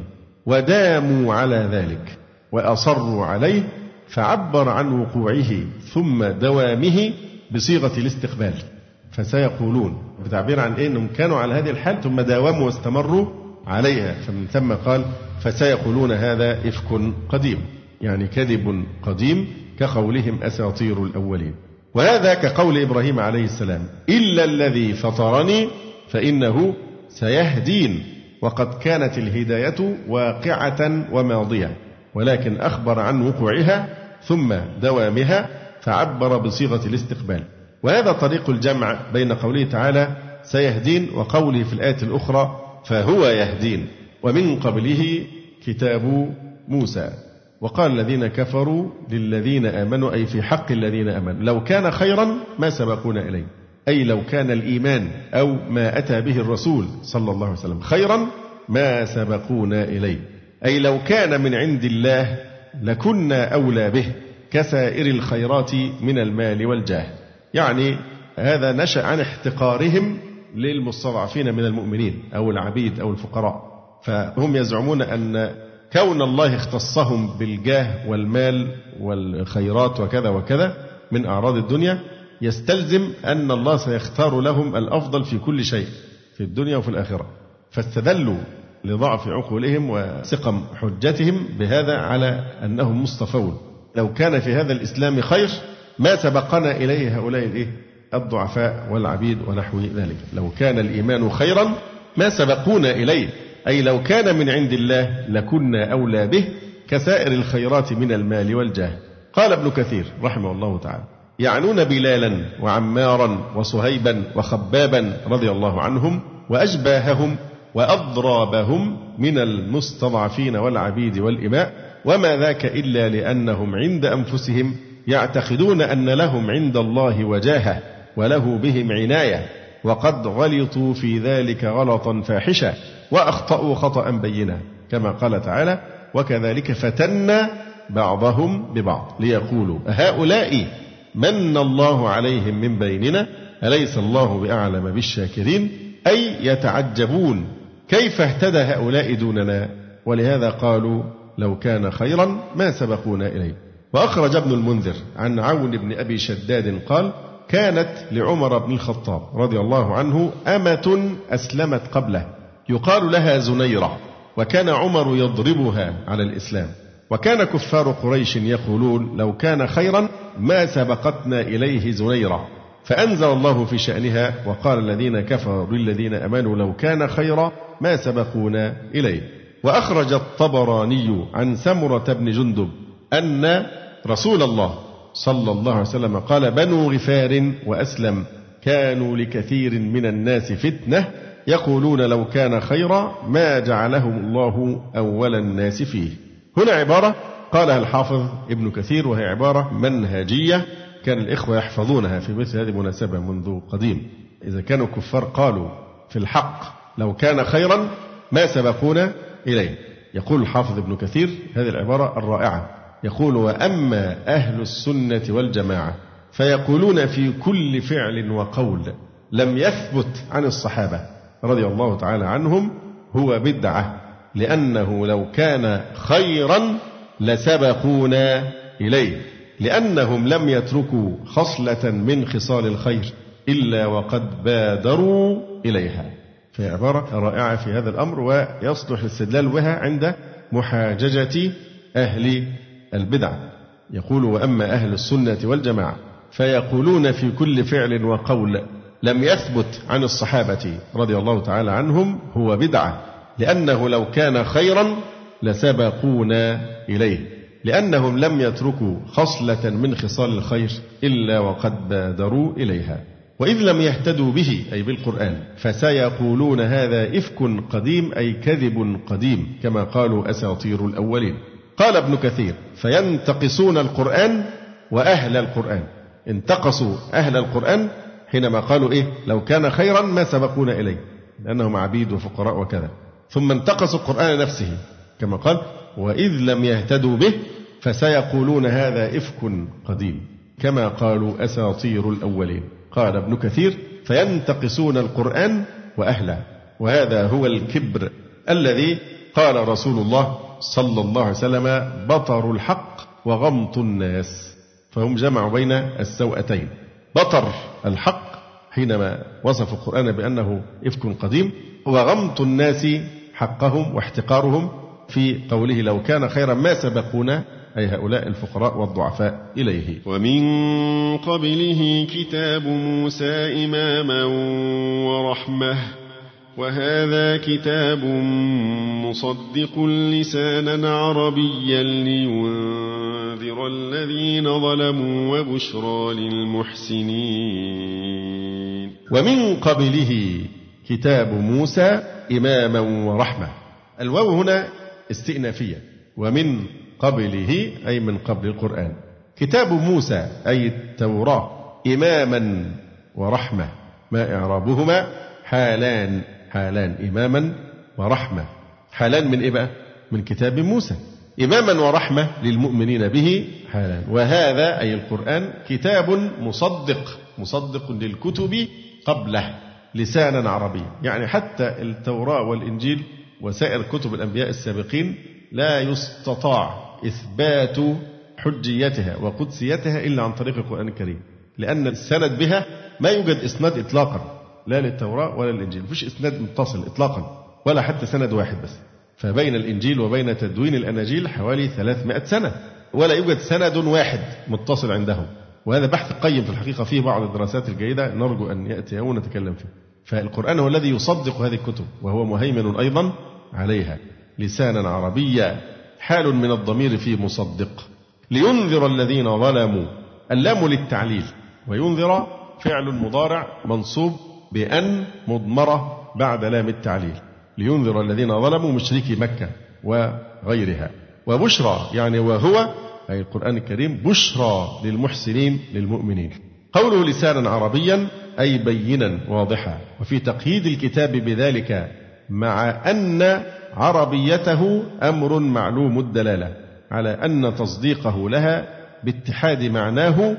وداموا على ذلك وأصروا عليه، فعبر عن وقوعه ثم دوامه بصيغة الاستقبال. فسيقولون بتعبير عن إيه؟ أنهم كانوا على هذه الحال ثم داوموا واستمروا عليها، فمن ثم قال فسيقولون هذا إفك قديم، يعني كذب قديم كقولهم أساطير الأولين. وهذا كقول إبراهيم عليه السلام إلا الذي فطرني فإنه سيهدين، وقد كانت الهداية واقعة وماضية، ولكن أخبر عن وقوعها ثم دوامها فعبر بصيغة الاستقبال. وهذا طريق الجمع بين قوله تعالى سيهدين وقوله في الآية الأخرى فهو يهدين، ومن قبله كتاب موسى. وقال الذين كفروا للذين آمنوا أي في حق الذين آمنوا لو كان خيرا ما سبقونا إليه، أي لو كان الإيمان أو ما أتى به الرسول صلى الله عليه وسلم خيرا ما سبقونا إليه، أي لو كان من عند الله لكنا أولى به كسائر الخيرات من المال والجاه. يعني هذا نشأ عن احتقارهم للمستضعفين من المؤمنين أو العبيد أو الفقراء، فهم يزعمون أن كون الله اختصهم بالجاه والمال والخيرات وكذا وكذا من أعراض الدنيا يستلزم أن الله سيختار لهم الأفضل في كل شيء في الدنيا وفي الآخرة، فاستدلوا لضعف عقولهم وسقم حجتهم بهذا على أنهم مصطفون. لو كان في هذا الإسلام خير ما سبقنا إليه هؤلاء الإيه؟ الضعفاء والعبيد ونحو ذلك. لو كان الإيمان خيرا ما سبقونا إليه، أي لو كان من عند الله لكنا أولى به كسائر الخيرات من المال والجاه. قال ابن كثير رحمه الله تعالى يعنون بلالا وعمارا وصهيبا وخبابا رضي الله عنهم وأشباههم وأضرابهم من المستضعفين والعبيد والإماء، وما ذاك إلا لأنهم عند أنفسهم يعتقدون أن لهم عند الله وجاهة وله بهم عناية، وقد غلطوا في ذلك غلطا فاحشا وأخطأوا خطأ بينا، كما قال تعالى وكذلك فتنا بعضهم ببعض ليقولوا هؤلاء من الله عليهم من بيننا أليس الله بأعلم بالشاكرين، أي يتعجبون كيف اهتدى هؤلاء دوننا، ولهذا قالوا لو كان خيرا ما سبقونا إليه. وأخرج ابن المنذر عن عون بن أبي شداد قال كانت لعمر بن الخطاب رضي الله عنه أمة أسلمت قبله يقال لها زنيرة، وكان عمر يضربها على الإسلام، وكان كفار قريش يقولون لو كان خيرا ما سبقتنا إليه زنيرة، فأنزل الله في شأنها وقال الذين كفروا للذين آمنوا لو كان خيرا ما سبقونا إليه. وأخرج الطبراني عن سمرة بن جندب أن رسول الله صلى الله عليه وسلم قال بنو غفار وأسلم كانوا لكثير من الناس فتنة يقولون لو كان خيرا ما جعلهم الله أول الناس فيه. هنا عبارة قالها الحافظ ابن كثير وهي عبارة منهجية كان الإخوة يحفظونها في مثل هذه المناسبة منذ قديم. إذا كانوا كفار قالوا في الحق لو كان خيرا ما سبقونا إليه. يقول الحافظ ابن كثير هذه العبارة الرائعة، يقول وأما أهل السنة والجماعة فيقولون في كل فعل وقول لم يثبت عن الصحابة رضي الله تعالى عنهم هو بدعة لأنه لو كان خيرا لسبقونا إليه، لأنهم لم يتركوا خصلة من خصال الخير إلا وقد بادروا إليها. في عبارة رائعة في هذا الأمر، ويصلح الاستدلال بها عند محاججة أهل البدع. يقول: وأما أهل السنة والجماعة فيقولون في كل فعل وقول لم يثبت عن الصحابة رضي الله تعالى عنهم هو بدعة، لأنه لو كان خيرا لسبقونا إليه، لأنهم لم يتركوا خصلة من خصال الخير إلا وقد بادروا إليها. وإذ لم يهتدوا به أي بالقرآن فسيقولون هذا إفك قديم أي كذب قديم، كما قالوا أساطير الأولين. قال ابن كثير: فينتقصون القرآن وأهل القرآن. انتقصوا أهل القرآن حينما قالوا إيه؟ لو كان خيرا ما سبقونا إليه، لأنهم عبيد وفقراء وكذا. ثم انتقصوا القرآن نفسه كما قال: وإذ لم يهتدوا به فسيقولون هذا إفك قديم، كما قالوا أساطير الأولين. قال ابن كثير: فينتقصون القرآن وأهله، وهذا هو الكبر الذي قال رسول الله صلى الله عليه وسلم: بطر الحق وغمط الناس. فهم جمعوا بين السوءتين، بطر الحق حينما وصف القرآن بأنه إفك قديم، وغمط الناس حقهم واحتقارهم في قوله لو كان خيرا ما سبقونا، أي هؤلاء الفقراء والضعفاء إليه. ومن قبله كتاب موسى إماما ورحمة، وهذا كتاب مصدق لسانا عربيا لينذر الذين ظلموا وبشرى للمحسنين. ومن قبله كتاب موسى إماما ورحمة. الواو هنا استئنافية، ومن قبله أي من قبل القرآن. كتاب موسى أي التوراة، إماما ورحمة، ما إعرابهما؟ حالان، حالان إماما ورحمة. حالان من إيه بقى؟ من كتاب موسى. إماما ورحمة للمؤمنين به حالان. وهذا أي القرآن كتاب مصدق، مصدق للكتب قبله لسانا عربيا، يعني حتى التوراة والإنجيل وسائر كتب الأنبياء السابقين لا يستطاع إثبات حجيتها وقدسيتها إلا عن طريق القرآن الكريم، لأن السند بها ما يوجد إسناد إطلاقا، لا للتوراة ولا للإنجيل، مفيش إسناد متصل إطلاقا ولا حتى سند واحد بس. فبين الإنجيل وبين تدوين الأناجيل حوالي ثلاثمائة سنة، ولا يوجد سند واحد متصل عندهم. وهذا بحث قيم في الحقيقة، فيه بعض الدراسات الجيدة نرجو أن يأتي يوم نتكلم فيه. فالقرآن هو الذي يصدق هذه الكتب، وهو مهيمن أيضا عليها لسانا عربيا، حال من الضمير في مصدق. لينذر الذين ظلموا، اللام للتعليل، وينذر فعل مضارع منصوب بأن مضمرة بعد لام التعليل. لينذر الذين ظلموا مشركي مكة وغيرها. وبشرى يعني وهو أي القرآن الكريم بشرى للمحسنين للمؤمنين. قوله لسانا عربيا أي بينا واضحا، وفي تقييد الكتاب بذلك مع أن عربيته أمر معلوم الدلالة على أن تصديقه لها باتحاد معناه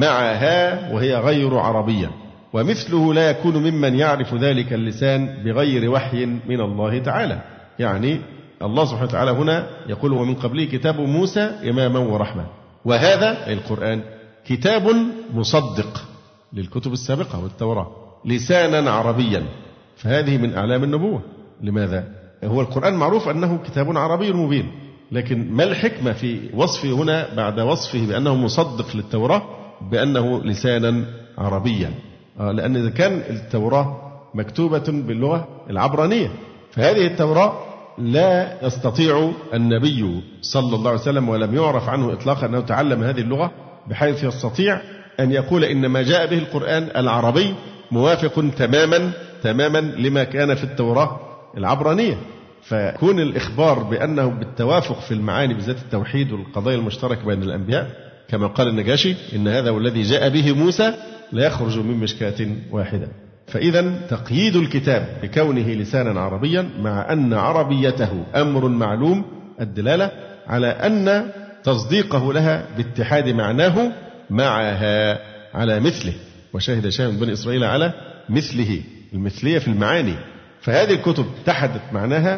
معها وهي غير عربية، ومثله لا يكون ممن يعرف ذلك اللسان بغير وحي من الله تعالى. يعني الله سبحانه وتعالى هنا يقول: ومن قبله كتاب موسى إماما ورحمة، وهذا أي القرآن كتاب مصدق للكتب السابقة والتوراة لسانا عربيا. فهذه من أعلام النبوة. لماذا؟ هو القرآن معروف أنه كتاب عربي مبين، لكن ما الحكمة في وصفه هنا بعد وصفه بأنه مصدق للتوراة بأنه لسانا عربيا؟ آه لأن إذا كان التوراة مكتوبة باللغة العبرانية، فهذه التوراة لا يستطيع النبي صلى الله عليه وسلم، ولم يعرف عنه إطلاقا أنه تعلم هذه اللغة بحيث يستطيع أن يقول إن ما جاء به القرآن العربي موافق تماما تماما لما كان في التوراة العبرانية. فكون الإخبار بأنه بالتوافق في المعاني بذات التوحيد والقضايا المشتركة بين الأنبياء، كما قال النجاشي: إن هذا والذي جاء به موسى لا يخرج من مشكاة واحدة. فإذا تقييد الكتاب بكونه لسانا عربيا مع أن عربيته أمر معلوم الدلالة على أن تصديقه لها باتحاد معناه معها على مثله. وشهد شاهد من بني إسرائيل على مثله، المثلية في المعاني. فهذه الكتب اتحدت معناها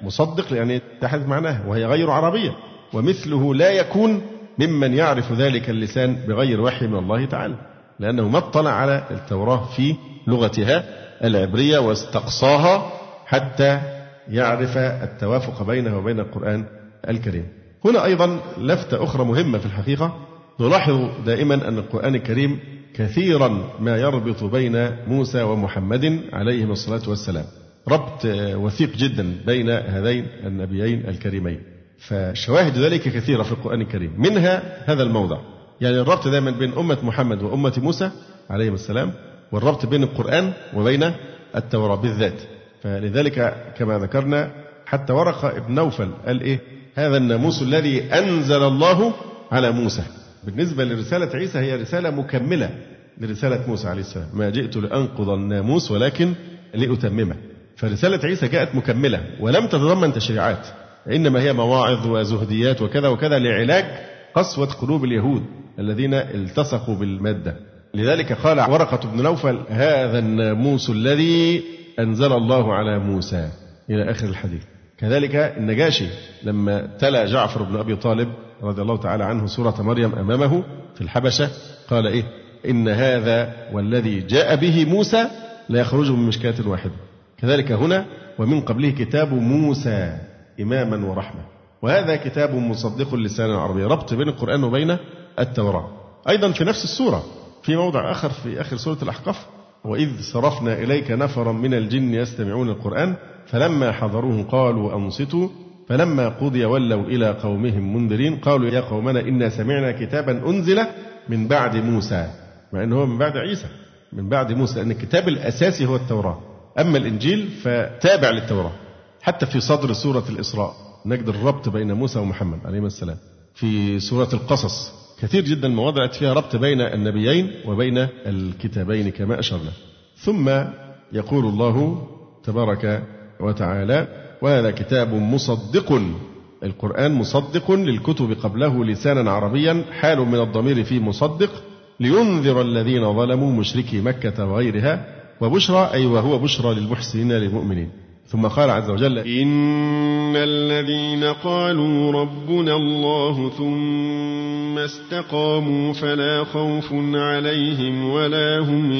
مصدق يعني تحدث معناها وهي غير عربية، ومثله لا يكون ممن يعرف ذلك اللسان بغير وحي من الله تعالى، لأنه ما اطلع على التوراة في لغتها العبرية واستقصاها حتى يعرف التوافق بينه وبين القرآن الكريم. هنا أيضا لفتة أخرى مهمة في الحقيقة، نلاحظ دائما أن القرآن الكريم كثيرا ما يربط بين موسى ومحمد عليهم الصلاة والسلام، ربط وثيق جدا بين هذين النبيين الكريمين، فشواهد ذلك كثيرة في القرآن الكريم، منها هذا الموضع، يعني الربط دائما بين أمة محمد وأمة موسى عليهم السلام، والربط بين القرآن وبين التوراة بالذات. فلذلك كما ذكرنا حتى ورقة ابن نوفل قال إيه؟ هذا الناموس الذي أنزل الله على موسى. بالنسبة لرسالة عيسى هي رسالة مكملة لرسالة موسى عليه السلام، ما جئت لأنقض الناموس ولكن لأتممه. فرسالة عيسى جاءت مكملة ولم تتضمن تشريعات، إنما هي مواعظ وزهديات وكذا وكذا لعلاج قسوة قلوب اليهود الذين التصقوا بالمادة. لذلك قال ورقة بن نوفل هذا الناموس الذي أنزل الله على موسى إلى آخر الحديث. كذلك النجاشي لما تلا جعفر بن أبي طالب رضي الله تعالى عنه سورة مريم أمامه في الحبشة قال إيه؟ إن هذا والذي جاء به موسى لا يخرج من مشكاة واحدة. كذلك هنا ومن قبله كتاب موسى إماما ورحمة، وهذا كتاب مصدق لسانا عربيا، ربط بين القرآن وبين التوراة. أيضا في نفس السورة في موضع آخر في آخر سورة الأحقاف وإذ صرفنا إليك نفرا من الجن يستمعون القرآن فلما حضروه قالوا أنصتوا فلما قضي ولوا إلى قومهم منذرين قالوا يا قومنا إنا سمعنا كتابا أنزل من بعد موسى، مع أنه من بعد عيسى، من بعد موسى، لأن الكتاب الأساسي هو التوراة، أما الإنجيل فتابع للتوراة. حتى في صدر سورة الإسراء نجد الربط بين موسى ومحمد عليهما السلام. في سورة القصص كثير جدا مواضع فيها ربط بين النبيين وبين الكتابين كما أشرنا. ثم يقول الله تبارك وتعالى وهذا كتاب مصدق، القرآن مصدق للكتب قبله لسانا عربيا، حال من الضمير في مصدق، لينذر الذين ظلموا مشركي مكة وغيرها، وبشرى أي وهو بشرى للمحسنين للمؤمنين. ثم قال عز وجل إن الذين قالوا ربنا الله ثم استقاموا فلا خوف عليهم ولا هم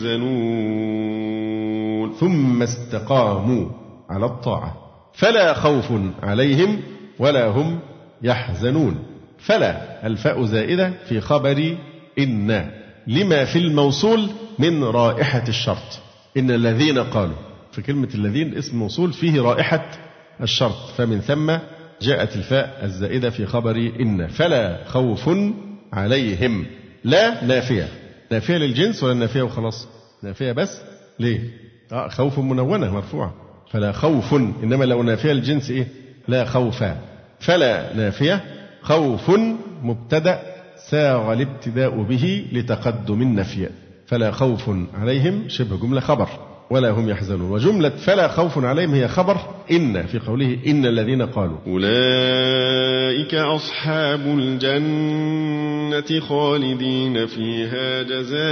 يحزنون. ثم استقاموا على الطاعة فلا خوف عليهم ولا هم يحزنون. فلا الفاء زائدة في خبر إن لما في الموصول من رائحة الشرط. إن الذين قالوا، في كلمة الذين اسم موصول فيه رائحة الشرط، فمن ثم جاءت الفاء الزائدة في خبر إن. فلا خوف عليهم، لا نافية، نافية للجنس ولا نافية وخلاص؟ نافية بس. ليه؟ آه خوف منونة مرفوعة، فلا خوف، إنما لو نافية الجنس إيه؟ لا خوفا. فلا نافية، خوف مبتدأ ساغ الابتداء به لتقدم النفي، فلا خوف عليهم شبه جملة خبر ولا هم يحزنون. وجملة فلا خوف عليهم هي خبر إن في قوله إن الذين قالوا أولئك أصحاب الجنة خالدين فيها جزاء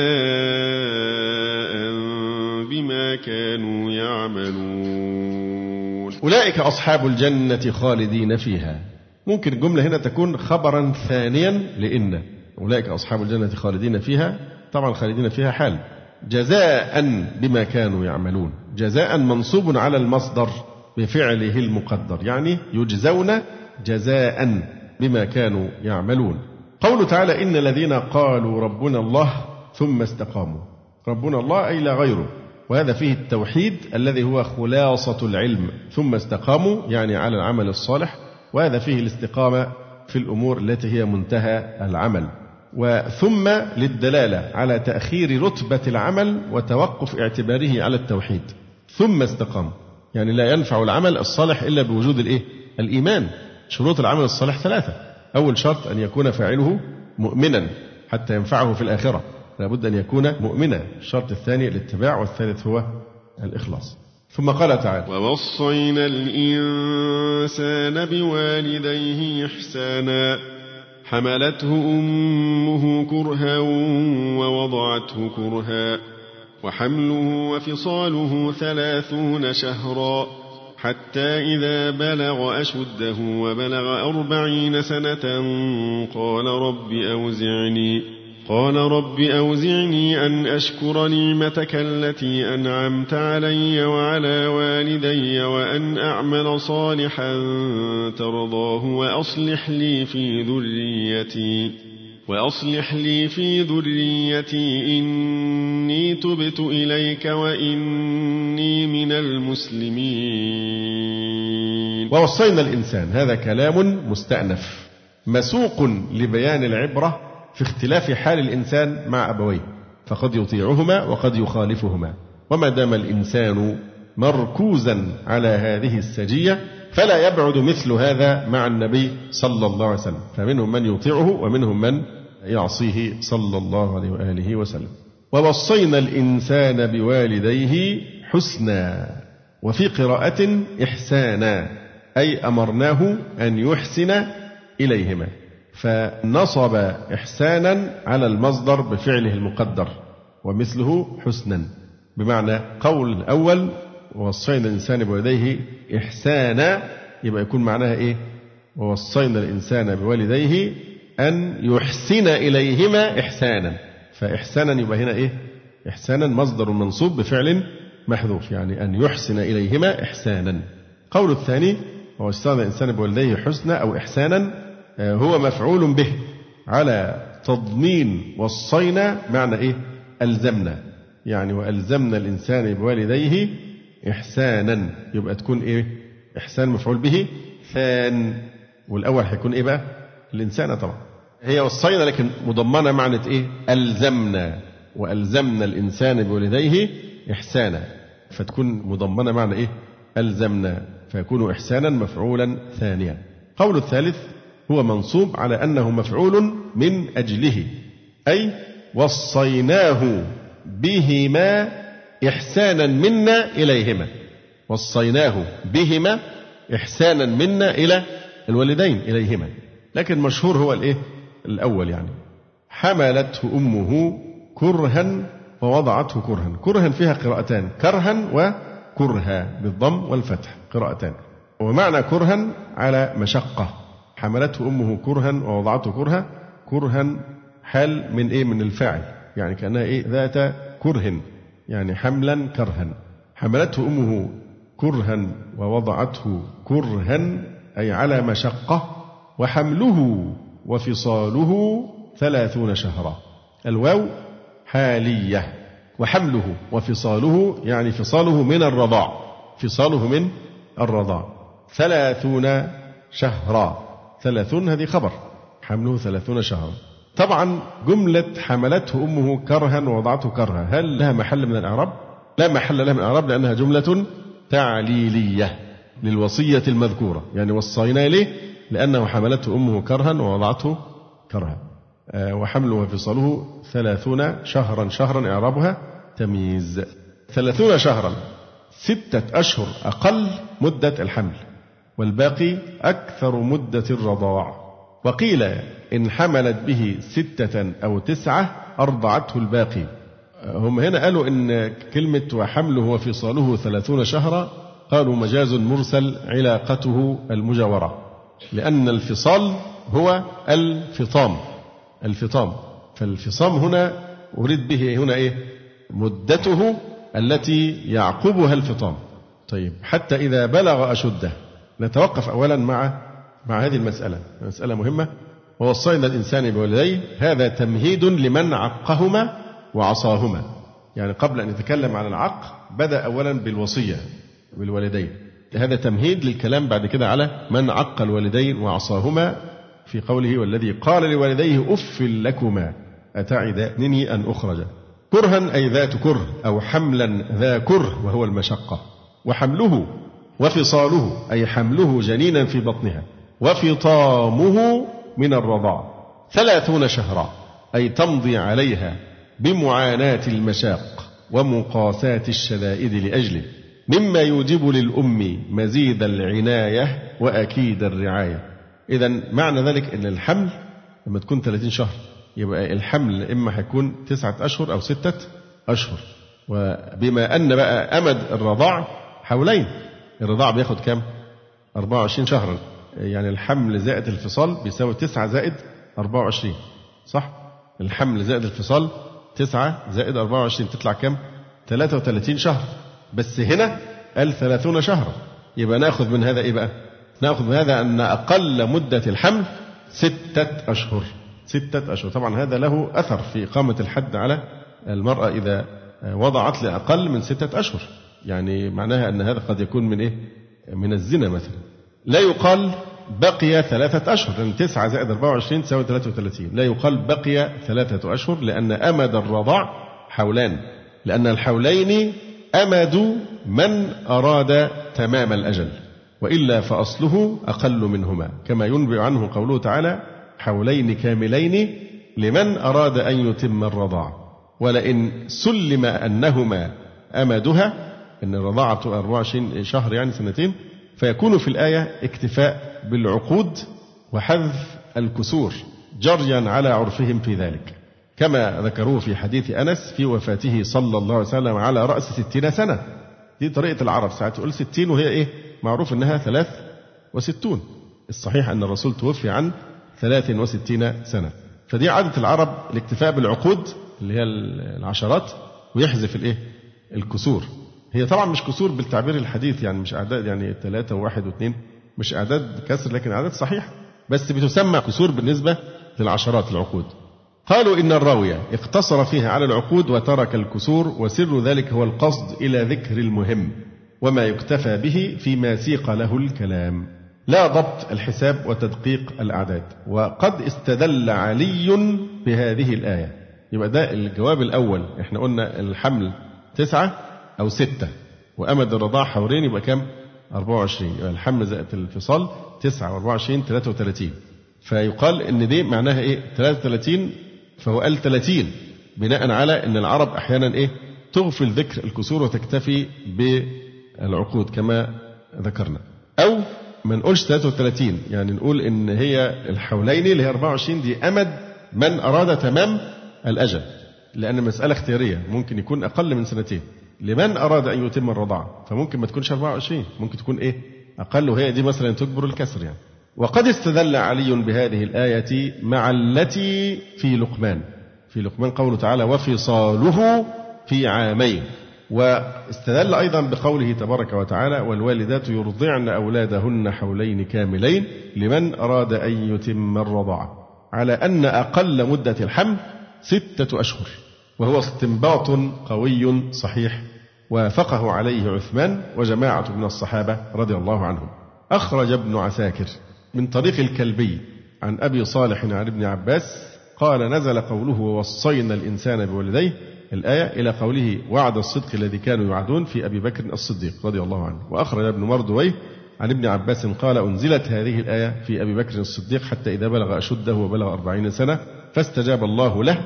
بما كانوا يعملون. أولئك أصحاب الجنة خالدين فيها، ممكن الجملة هنا تكون خبرا ثانيا لإن. أولئك أصحاب الجنة خالدين فيها، طبعا خالدين فيها حال، جزاء بما كانوا يعملون، جزاء منصوب على المصدر بفعله المقدر، يعني يجزون جزاء بما كانوا يعملون. قوله تعالى إن الذين قالوا ربنا الله ثم استقاموا، ربنا الله أي لا غيره، وهذا فيه التوحيد الذي هو خلاصة العلم. ثم استقاموا يعني على العمل الصالح، وهذا فيه الاستقامة في الأمور التي هي منتهى العمل. وثم للدلالة على تأخير رتبة العمل وتوقف اعتباره على التوحيد. ثم استقاموا يعني لا ينفع العمل الصالح إلا بوجود الإيه؟ الإيمان. شروط العمل الصالح ثلاثة، أول شرط أن يكون فاعله مؤمنا حتى ينفعه في الآخرة، لابد أن يكون مؤمنا. الشرط الثاني الاتباع، والثالث هو الإخلاص. ثم قال تعالى ووصينا الإنسان بوالديه إحسانا حملته أمه كرها ووضعته كرها وحمله وفصاله ثلاثون شهرا حتى إذا بلغ أشده وبلغ أربعين سنة قال رب أوزعني قال رب أوزعني أن أشكر نعمتك التي أنعمت علي وعلى والدي وأن أعمل صالحا ترضاه وأصلح لي في ذريتي وأصلح لي في ذريتي إني تبت إليك وإني من المسلمين. ووصينا الإنسان، هذا كلام مستأنف مسوق لبيان العبرة في اختلاف حال الإنسان مع أبويه، فقد يطيعهما وقد يخالفهما، وما دام الإنسان مركوزا على هذه السجية فلا يبعد مثل هذا مع النبي صلى الله عليه وسلم، فمنهم من يطيعه ومنهم من يعصيه صلى الله عليه وآله وسلم. ووصينا الإنسان بوالديه حسنا، وفي قراءة إحسانا، أي أمرناه أن يحسن إليهما، فنصب إحسانا على المصدر بفعله المقدر، ومثله حسنا، بمعنى قول الأول ووصينا الإنسان بوالديه إحسانا، يبقى يكون معناها إيه؟ ووصينا الإنسان بوالديه أن يحسن إليهما إحسانا، فإحسانا يبقى هنا إيه؟ إحسانا مصدر منصوب بفعل محذوف، يعني أن يحسن إليهما إحسانا. قول الثاني ووصينا الإنسان بوالديه حسنا أو إحسانا هو مفعول به على تضمين وصينا، معنى إيه؟ ألزمنا، يعني وألزمنا الإنسان بوالديه إحسانا، يبقى تكون إيه؟ إحسان مفعول به ثان، والأول هيكون إيه بقى؟ الإنسان طبعا، هي وصينا لكن مضمنة معنى إيه؟ ألزمنا، وألزمنا الإنسان بوالديه إحسانا، فتكون مضمنة معنى إيه؟ ألزمنا، فيكون إحسانا مفعولا ثانيا. قول الثالث هو منصوب على أنه مفعول من أجله، أي وصيناه بهما إحسانا منا إليهما، وصيناه بهما إحسانا منا إلى الوالدين إليهما، لكن مشهور هو الإيه؟ الأول، يعني حملته أمه كرها ووضعته كرها. كرها فيها قراءتان، كرها وكرها بالضم والفتح قراءتان، ومعنى كرها على مشقة، حملته أمه كرها ووضعته كرها، كرها حال من إيه؟ من الفاعل، يعني كأنها إيه؟ ذات كره، يعني حملا كرها. حملته أمه كرها ووضعته كرها أي على مشقة، وحمله وفصاله ثلاثون شهرا، الواو حالية، وحمله وفصاله يعني فصاله من الرضاع، فصاله من الرضاع ثلاثون شهرا، ثلاثون هذه خبر، حمله ثلاثون شهرا. طبعا جملة حملته أمه كرها ووضعته كرها هل لها محل من الإعراب؟ لا محل لها من الإعراب، لأنها جملة تعليلية للوصية المذكورة، يعني وصينا إليه لأنه حملته أمه كرها ووضعته كرها. أه وحمله وفصاله ثلاثون شهرا، شهرا إعرابها تمييز. ثلاثون شهرا ستة أشهر أقل مدة الحمل، والباقي أكثر مدة الرضاع. وقيل إن حملت به ستة أو تسعة أرضعته الباقي. هم هنا قالوا إن كلمة وحمله وفصاله ثلاثون شهرا قالوا مجاز مرسل علاقته المجاورة، لأن الفصال هو الفطام، الفطام، فالفصام هنا أريد به هنا إيه؟ مدته التي يعقبها الفطام. طيب حتى إذا بلغ أشده، نتوقف أولا مع مع هذه المسألة، مسألة مهمة. ووصينا الإنسان بوالديه، هذا تمهيد لمن عقهما وعصاهما، يعني قبل أن يتكلم عن العق بدأ أولا بالوصية بالوالدين، هذا تمهيد للكلام بعد كده على من عق الوالدين وعصاهما، في قوله والذي قال لوالديه أف لكما أتعدانني أن أخرج. كرها أي ذات كره، أو حملا ذا كره وهو المشقة. وحمله وفصاله أي حمله جنينا في بطنها، وفطامه من الرضاع ثلاثون شهرا، أي تمضي عليها بمعاناة المشاق ومقاساة الشدائد لأجله، مما يوجب للأم مزيد العناية وأكيد الرعاية. إذن معنى ذلك أن الحمل لما تكون ثلاثين شهر يبقى الحمل إما هيكون تسعة أشهر أو ستة أشهر، وبما أن بقى أمد الرضاع حولين، الرضاع بياخد كام؟ أربعة وعشرين شهرا. يعني الحمل زائد الفصال بيساوي تسعة زائد أربعة وعشرين، صح؟ الحمل زائد الفصال تسعة زائد أربعة وعشرين تطلع كام؟ ثلاثة وثلاثين شهر. بس هنا قال ثلاثون شهرا. يبقى نأخذ من هذا إيه بقى؟ نأخذ من هذا أن أقل مدة الحمل ستة أشهر. ستة أشهر. طبعا هذا له أثر في إقامة الحد على المرأة إذا وضعت لأقل من ستة أشهر. يعني معناها أن هذا قد يكون من إيه؟ من الزنا مثلا. لا يقال بقي ثلاثة أشهر، لأن تسعة زائد أربعة وعشرين تساوي ثلاثة وثلاثين. لا يقال بقي ثلاثة أشهر، لأن أمد الرضاع حولان، لأن الحولين أمد من أراد تمام الأجل، وإلا فأصله أقل منهما، كما ينبئ عنه قوله تعالى: حولين كاملين لمن أراد أن يتم الرضاع. ولئن سلم أنهما أمدها، أن الرضاعة أربعة وعشرين شهر يعني سنتين، فيكون في الآية اكتفاء بالعقود وحذف الكسور جريا على عرفهم في ذلك، كما ذكروه في حديث أنس في وفاته صلى الله عليه وسلم على رأس ستين سنة. دي طريقة العرب، ساعات تقول ستين وهي إيه؟ معروف أنها ثلاث وستون. الصحيح أن الرسول توفي عن ثلاث وستين سنة. فدي عادة العرب الاكتفاء بالعقود اللي هي العشرات، ويحذف الإيه؟ الكسور. هي طبعا مش كسور بالتعبير الحديث، يعني مش أعداد يعني ثلاثة وواحد واثنين، مش أعداد كسر، لكن أعداد صحيح، بس بتسمى كسور بالنسبة للعشرات العقود. قالوا إن الراوية اقتصر فيها على العقود وترك الكسور، وسر ذلك هو القصد إلى ذكر المهم وما يكتفى به فيما سيق له الكلام، لا ضبط الحساب وتدقيق الأعداد. وقد استدل علي بهذه الآية. يبقى ده الجواب الأول. احنا قلنا الحمل تسعة أو ستة، وأمد الرضاع حولين، يبقى كم؟ أربعة وعشرين. يبقى الحمل زائد الفصال تسعة وأربعة وعشرين ثلاثة وثلاثين. فيقال إن دي معناها إيه؟ ثلاثة وثلاثين، فهو قال ثلاثين بناء على أن العرب أحيانا إيه؟ تغفل ذكر الكسور وتكتفي بالعقود كما ذكرنا. أو ما نقولش ثلاثة وثلاثين، يعني نقول إن هي الحولين اللي هي أربعة وعشرين دي أمد من أراد تمام الأجل، لأن المسألة اختيارية، ممكن يكون أقل من سنتين لمن أراد أن يتم الرضاعة، فممكن ما تكونش أربعة وعشرين، ممكن تكون إيه؟ أقل، وهي دي مثلا تجبر الكسر يعني. وقد استدل علي بهذه الآية مع التي في لقمان. في لقمان قوله تعالى: وفصاله في عامين. واستدل أيضا بقوله تبارك وتعالى: والوالدات يرضعن أولادهن حولين كاملين لمن أراد أن يتم الرضاعة، على أن أقل مدة الحمل ستة أشهر، وهو استنباط قوي صحيح وافقه عليه عثمان وجماعة من الصحابة رضي الله عنهم. أخرج ابن عساكر من طريق الكلبي عن أبي صالح عن ابن عباس قال: نزل قوله: ووصينا الإنسان بوالديه، الآية إلى قوله: وعد الصدق الذي كانوا يوعدون، في أبي بكر الصديق رضي الله عنه. وأخرج ابن مردويه عن ابن عباس قال: أنزلت هذه الآية في أبي بكر الصديق حتى إذا بلغ أشده وبلغ أربعين سنة فاستجاب الله له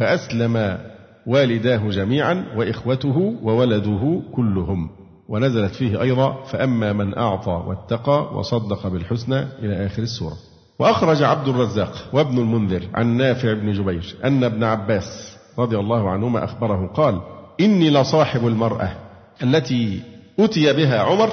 فأسلم والداه جميعا وإخوته وولده كلهم. ونزلت فيه أيضا: فأما من أعطى واتقى وصدق بالحسنى، إلى آخر السورة. وأخرج عبد الرزاق وابن المنذر عن نافع بن جبير أن ابن عباس رضي الله عنهما أخبره قال: إني لصاحب المرأة التي أتي بها عمر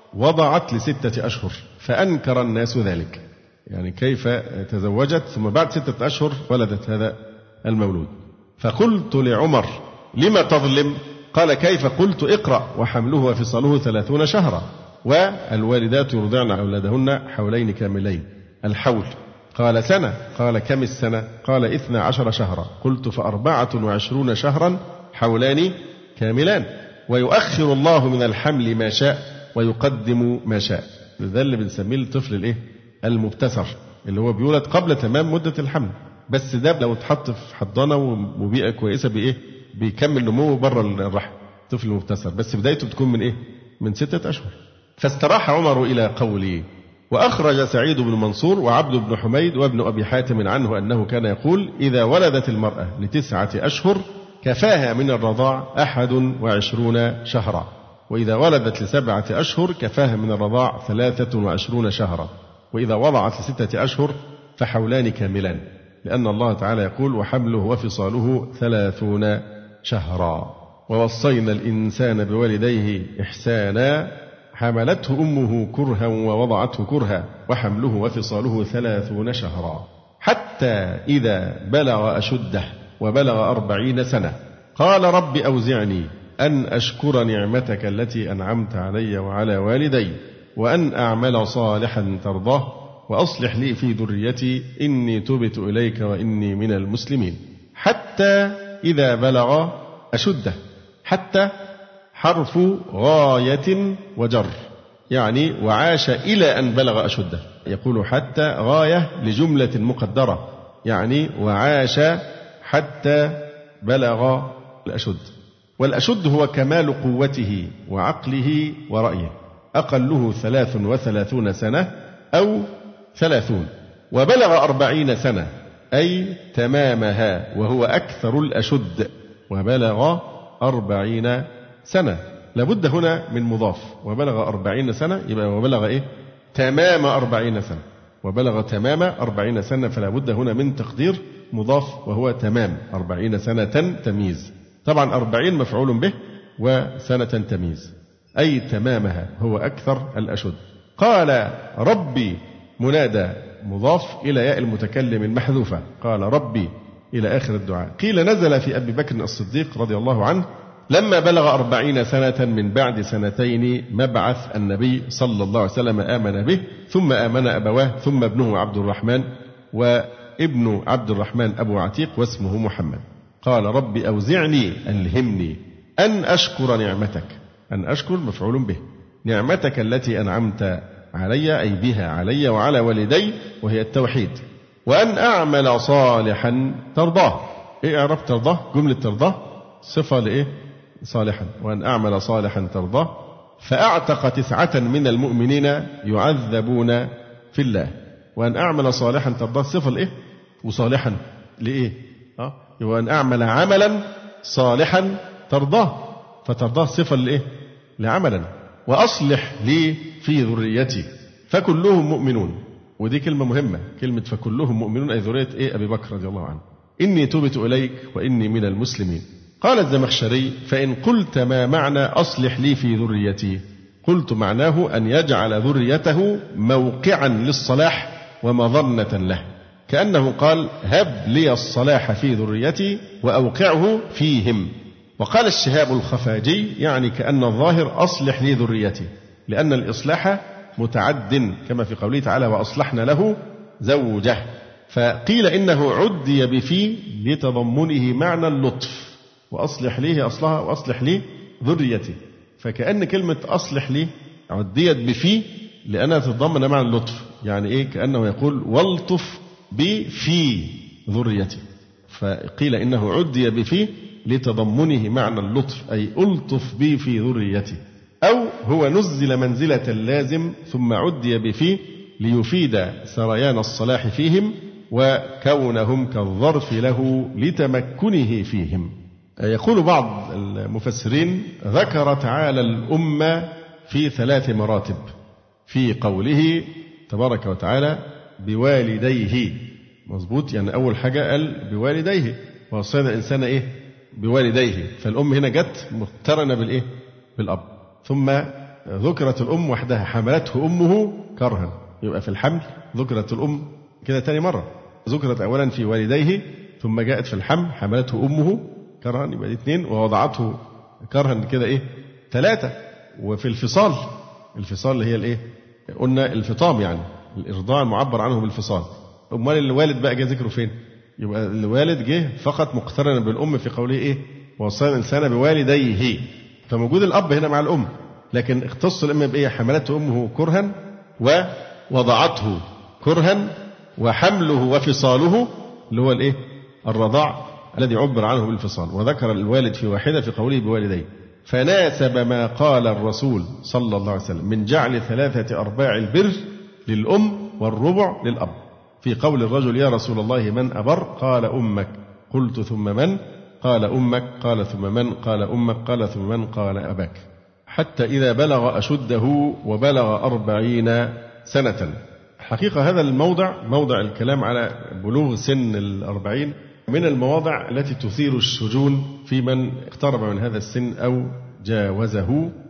وضعت لستة أشهر فأنكر الناس ذلك. يعني كيف تزوجت ثم بعد ستة أشهر ولدت هذا المولود. فقلت لعمر: لما تظلم؟ قال: كيف؟ قلت: اقرأ: وحمله وفصاله ثلاثون شهرا والوالدات يرضعن أولادهن حولين كاملين. الحول. قال: سنة. قال: كم السنة؟ قال: اثنى عشر شهرا. قلت: فأربعة وعشرون شهرا حولان كاملان. ويؤخر الله من الحمل ما شاء ويقدم ما شاء. ده اللي بنسميه الطفل الايه؟ المبتسر، اللي هو بيولد قبل تمام مدة الحمل، بس ده لو اتحط في حضانة وبيئة كويسة بإيه؟ بيكمل نموه بره الرحم، طفل مبتسر، بس بدايته بتكون من إيه؟ من ستة أشهر. فاستراح عمر إلى قولي. وأخرج سعيد بن منصور وعبد بن حميد وابن أبي حاتم عنه أنه كان يقول: إذا ولدت المرأة لتسعة أشهر كفاها من الرضاع أحد وعشرون شهرا، وإذا ولدت لسبعة أشهر كفاها من الرضاع ثلاثة وعشرون شهرا، وإذا وضعت لستة أشهر فحولان كاملان، لأن الله تعالى يقول: وحمله وفصاله ثلاثون شهرا. ووصينا الإنسان بوالديه إحسانا حملته أمه كرها ووضعته كرها وحمله وفصاله ثلاثون شهرا حتى إذا بلغ أشده وبلغ أربعين سنة قال رب أوزعني أن أشكر نعمتك التي أنعمت علي وعلى والدي وأن أعمل صالحا ترضاه وأصلح لي في ذريتي إني تبت إليك وإني من المسلمين. حتى إذا بلغ أشده، حتى حرف غاية وجر، يعني وعاش إلى أن بلغ أشده. يقول حتى غاية لجملة مقدرة، يعني وعاش حتى بلغ الأشد. والأشد هو كمال قوته وعقله ورأيه، أقله ثلاث وثلاثون سنة أو ثلاثون، وبلغ أربعين سنة أي تمامها وهو أكثر الأشد، وبلغ أربعين سنة. لابد هنا من مضاف، وبلغ أربعين سنة يبقى وبلغ إيه؟ تمام أربعين سنة، وبلغ تمام أربعين سنة، فلا بد هنا من تقدير مضاف وهو تمام أربعين سنة تمييز. طبعا أربعين مفعول به وسنة تمييز، أي تمامها هو أكثر الأشد. قال ربي منادى مضاف إلى ياء المتكلم المحذوفة، قال ربي إلى آخر الدعاء. قيل نزل في أبي بكر الصديق رضي الله عنه لما بلغ أربعين سنة من بعد سنتين مبعث النبي صلى الله عليه وسلم آمن به، ثم آمن أبواه، ثم ابنه عبد الرحمن، وابن عبد الرحمن أبو عتيق واسمه محمد. قال رب أوزعني ألهمني أن أشكر نعمتك، أن أشكر مفعول به، نعمتك التي أنعمت علي أي بها علي وعلى والدي وهي التوحيد، وأن أعمل صالحا ترضاه. إيه إعراب ترضاه؟ جملة ترضاه صفة لإيه؟ صالحا. وأن أعمل صالحا ترضاه فأعتق تسعة من المؤمنين يعذبون في الله. وأن أعمل صالحا ترضاه صفة لإيه؟ وصالحا لإيه؟ أه؟ وأن أعمل عملا صالحا ترضاه، فترضاه صفة لإيه؟ لعملا. وأصلح لي في ذريتي فكلهم مؤمنون. ودي كلمة مهمة، كلمة فكلهم مؤمنون، أي ذرية إيه؟ أبي بكر رضي الله عنه. إني تبت إليك وإني من المسلمين. قال الزمخشري فإن قلت ما معنى أصلح لي في ذريتي؟ قلت معناه أن يجعل ذريته موقعا للصلاح ومظنة له، كأنه قال هب لي الصلاح في ذريتي وأوقعه فيهم. وقال الشهاب الخفاجي يعني كأن الظاهر أصلح لي ذريتي، لأن الإصلاح متعد كما في قوله تعالى وأصلحنا له زوجه. فقيل إنه عدي بفي لتضمنه معنى اللطف، وأصلح ليه أصلها وأصلح لي ذريتي، فكأن كلمة أصلح لي عديت بفي لأنها تتضمن معنى اللطف، يعني إيه؟ كأنه يقول والطف بي في ذريتي. فقيل إنه عدي بفي لتضمنه معنى اللطف، أي ألطف بي في ذريتي. أو هو نزل منزلة اللازم ثم عدي بفي ليفيد سريان الصلاح فيهم وكونهم كالظرف له لتمكنه فيهم. يقول بعض المفسرين ذكر تعالى الأمة في ثلاث مراتب في قوله تبارك وتعالى بوالديه. مظبوط، يعني أول حاجة قال بوالديه، ووصينا الإنسان إيه؟ بوالديه. فالأم هنا جت مقترنة بالإيه؟ بالأب. ثم ذكرت الأم وحدها، حملته أمه كرها، يبقى في الحمل ذكرت الأم كده تاني مرة. ذكرت أولا في والديه، ثم جاءت في الحمل حملته أمه كرها، يبقى دي اثنين، ووضعته كرها كده إيه؟ ثلاثة. وفي الفصال، الفصال اللي هي الإيه؟ قلنا الفطام، يعني الإرضاع المعبر عنه بالفصال. أمال الوالد بقى جه ذكره فين؟ يبقى الوالد جه فقط مقترنا بالأم في قوله إيه؟ ووصينا الإنسان بوالديه. فموجود الأب هنا مع الأم، لكن اختص الأم بإيه؟ حملته أمه كرها ووضعته كرها وحمله وفصاله اللي هو الإيه؟ الرضاع الذي عبر عنه بالفصال، وذكر الوالد في واحدة في قوله بوالديه. فناسب ما قال الرسول صلى الله عليه وسلم من جعل ثلاثة أرباع البر للأم والربع للأب. في قول الرجل يا رسول الله من أبر؟ قال أمك. قلت ثم من؟ قال أمك. قال ثم من؟ قال أمك. قال ثم من؟ قال أباك. حتى إذا بلغ أشده وبلغ أربعين سنة. حقيقة هذا الموضع موضع الكلام على بلوغ سن الأربعين من المواضع التي تثير الشجون في من اقترب من هذا السن أو جاوزه،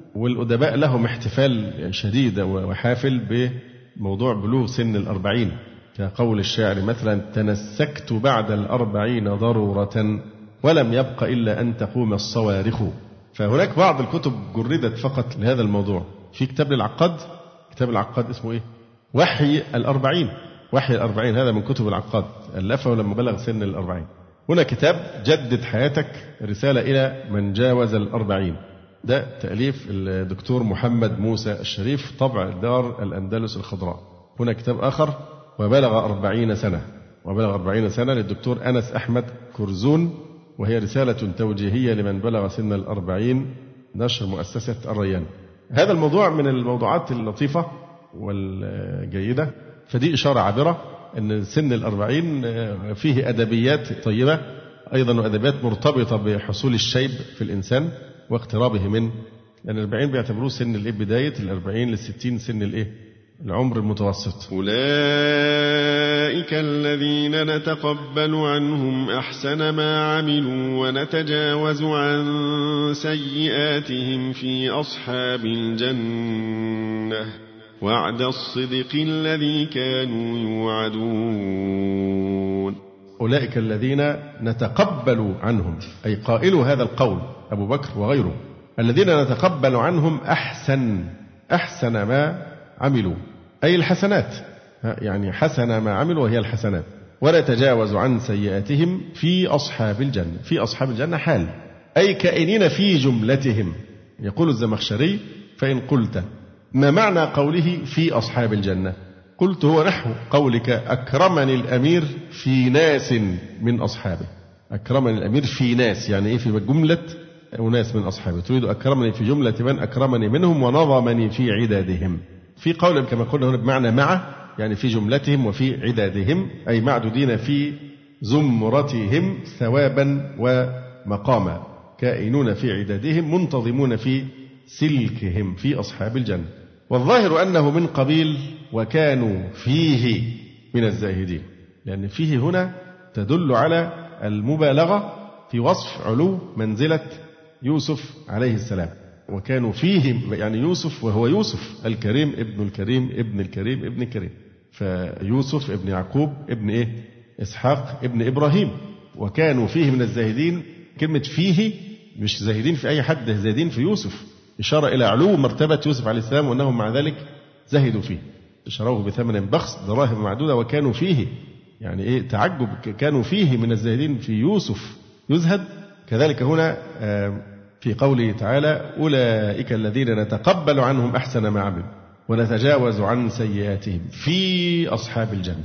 والأدباء لهم احتفال شديد وحافل بموضوع بلوغ سن الأربعين، كقول الشاعر مثلا: تنسكت بعد الأربعين ضرورة ولم يبق إلا أن تقوم الصوارخ. فهناك بعض الكتب جردت فقط لهذا الموضوع. في كتاب للعقاد، كتاب العقاد اسمه إيه؟ وحي الأربعين، وحي الأربعين، هذا من كتب العقاد، ألفه لما بلغ سن الأربعين. هنا كتاب جدد حياتك، رسالة إلى من جاوز الأربعين، ده تأليف الدكتور محمد موسى الشريف، طبع دار الأندلس الخضراء. هنا كتاب آخر: وبلغ أربعين سنة، وبلغ أربعين سنة للدكتور أنس أحمد كرزون، وهي رسالة توجيهية لمن بلغ سن الأربعين، نشر مؤسسة الريان. هذا الموضوع من الموضوعات اللطيفة والجيدة، فدي إشارة عابرة أن سن الأربعين فيه أدبيات طيبة أيضا، وأدبيات مرتبطة بحصول الشيب في الإنسان واقترابه من، لأن الأربعين بيعتبروه سن الإيه، بداية الأربعين للستين سن الإيه، العمر المتوسط. أولئك الذين نتقبل عنهم أحسن ما عملوا ونتجاوز عن سيئاتهم في أصحاب الجنة وعد الصدق الذي كانوا يوعدون. أولئك الذين نتقبل عنهم، أي قائلوا هذا القول أبو بكر وغيره، الذين نتقبل عنهم أحسن أحسن ما عملوا، أي الحسنات، يعني حسن ما عملوا وهي الحسنات، ونتجاوز عن سيئاتهم في أصحاب الجنة. في أصحاب الجنة حال، أي كائنين في جملتهم. يقول الزمخشري: فإن قلت ما معنى قوله في أصحاب الجنة؟ قلت: هو نحو قولك أكرمني الأمير في ناس من أصحابه. أكرمني الأمير في ناس، يعني إيه؟ في جملة أناس من أصحابه. تريد أكرمني في جملة من أكرمني منهم ونظمني في عدادهم. في قول كما قلنا هنا بمعنى مع، يعني في جملتهم وفي عدادهم، أي معدودين في زمرتهم ثوابا ومقاما، كائنون في عدادهم منتظمون في سلكهم في أصحاب الجنة. والظاهر أنه من قبيل وكانوا فيه من الزاهدين، لأن فيه هنا تدل على المبالغة في وصف علو منزلة يوسف عليه السلام. وكانوا فيه يعني يوسف، وهو يوسف الكريم ابن الكريم ابن الكريم ابن الكريم، فيوسف ابن يعقوب ابن إيه؟ إسحاق ابن إبراهيم. وكانوا فيه من الزاهدين، كلمة فيه مش زاهدين في أي حد، زاهدين في يوسف، إشارة إلى علو مرتبة يوسف عليه السلام، وأنهم مع ذلك زهدوا فيه، شروه بثمن بخس دراهم معدودة وكانوا فيه، يعني إيه تعجب، كانوا فيه من الزاهدين في يوسف يزهد. كذلك هنا في قوله تعالى: أولئك الذين نتقبل عنهم أحسن ما عملوا ونتجاوز عن سيئاتهم في أصحاب الجنة.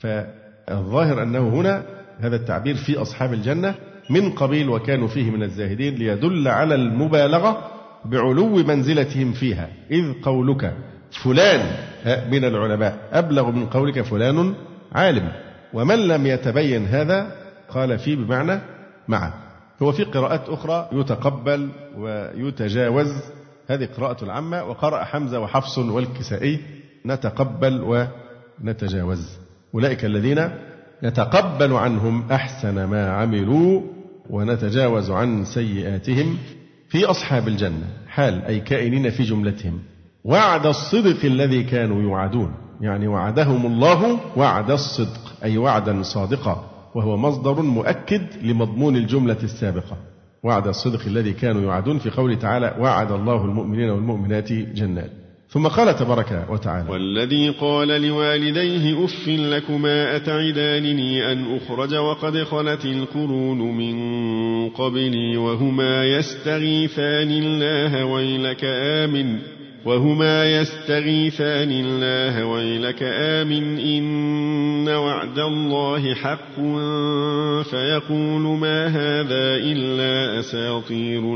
فالظاهر أنه هنا هذا التعبير في أصحاب الجنة من قبيل وكانوا فيه من الزاهدين، ليدل على المبالغة بعلو منزلتهم فيها، إذ قولك فلان من العلماء أبلغ من قولك فلان عالم. ومن لم يتبين هذا قال فيه بمعنى مع. هو في قراءات أخرى يتقبل ويتجاوز، هذه قراءة العامة، وقرأ حمزة وحفص والكسائي نتقبل ونتجاوز. أولئك الذين نتقبل عنهم أحسن ما عملوا ونتجاوز عن سيئاتهم في أصحاب الجنة حال، أي كائنين في جملتهم، وعد الصدق الذي كانوا يوعدون، يعني وعدهم الله وعد الصدق، أي وعدا صادقا، وهو مصدر مؤكد لمضمون الجملة السابقة. وعد الصدق الذي كانوا يوعدون في قوله تعالى: وعد الله المؤمنين والمؤمنات جنات. ثم قال تبارك وتعالى: والذي قال لوالديه أف لكما أتعدانني أن أخرج وقد خلت القرون من قبلي وهما يستغيثان الله ويلك آمن وهما يستغيثان الله ويلك آمن إن وعد الله حق فيقول ما هذا إلا أساطير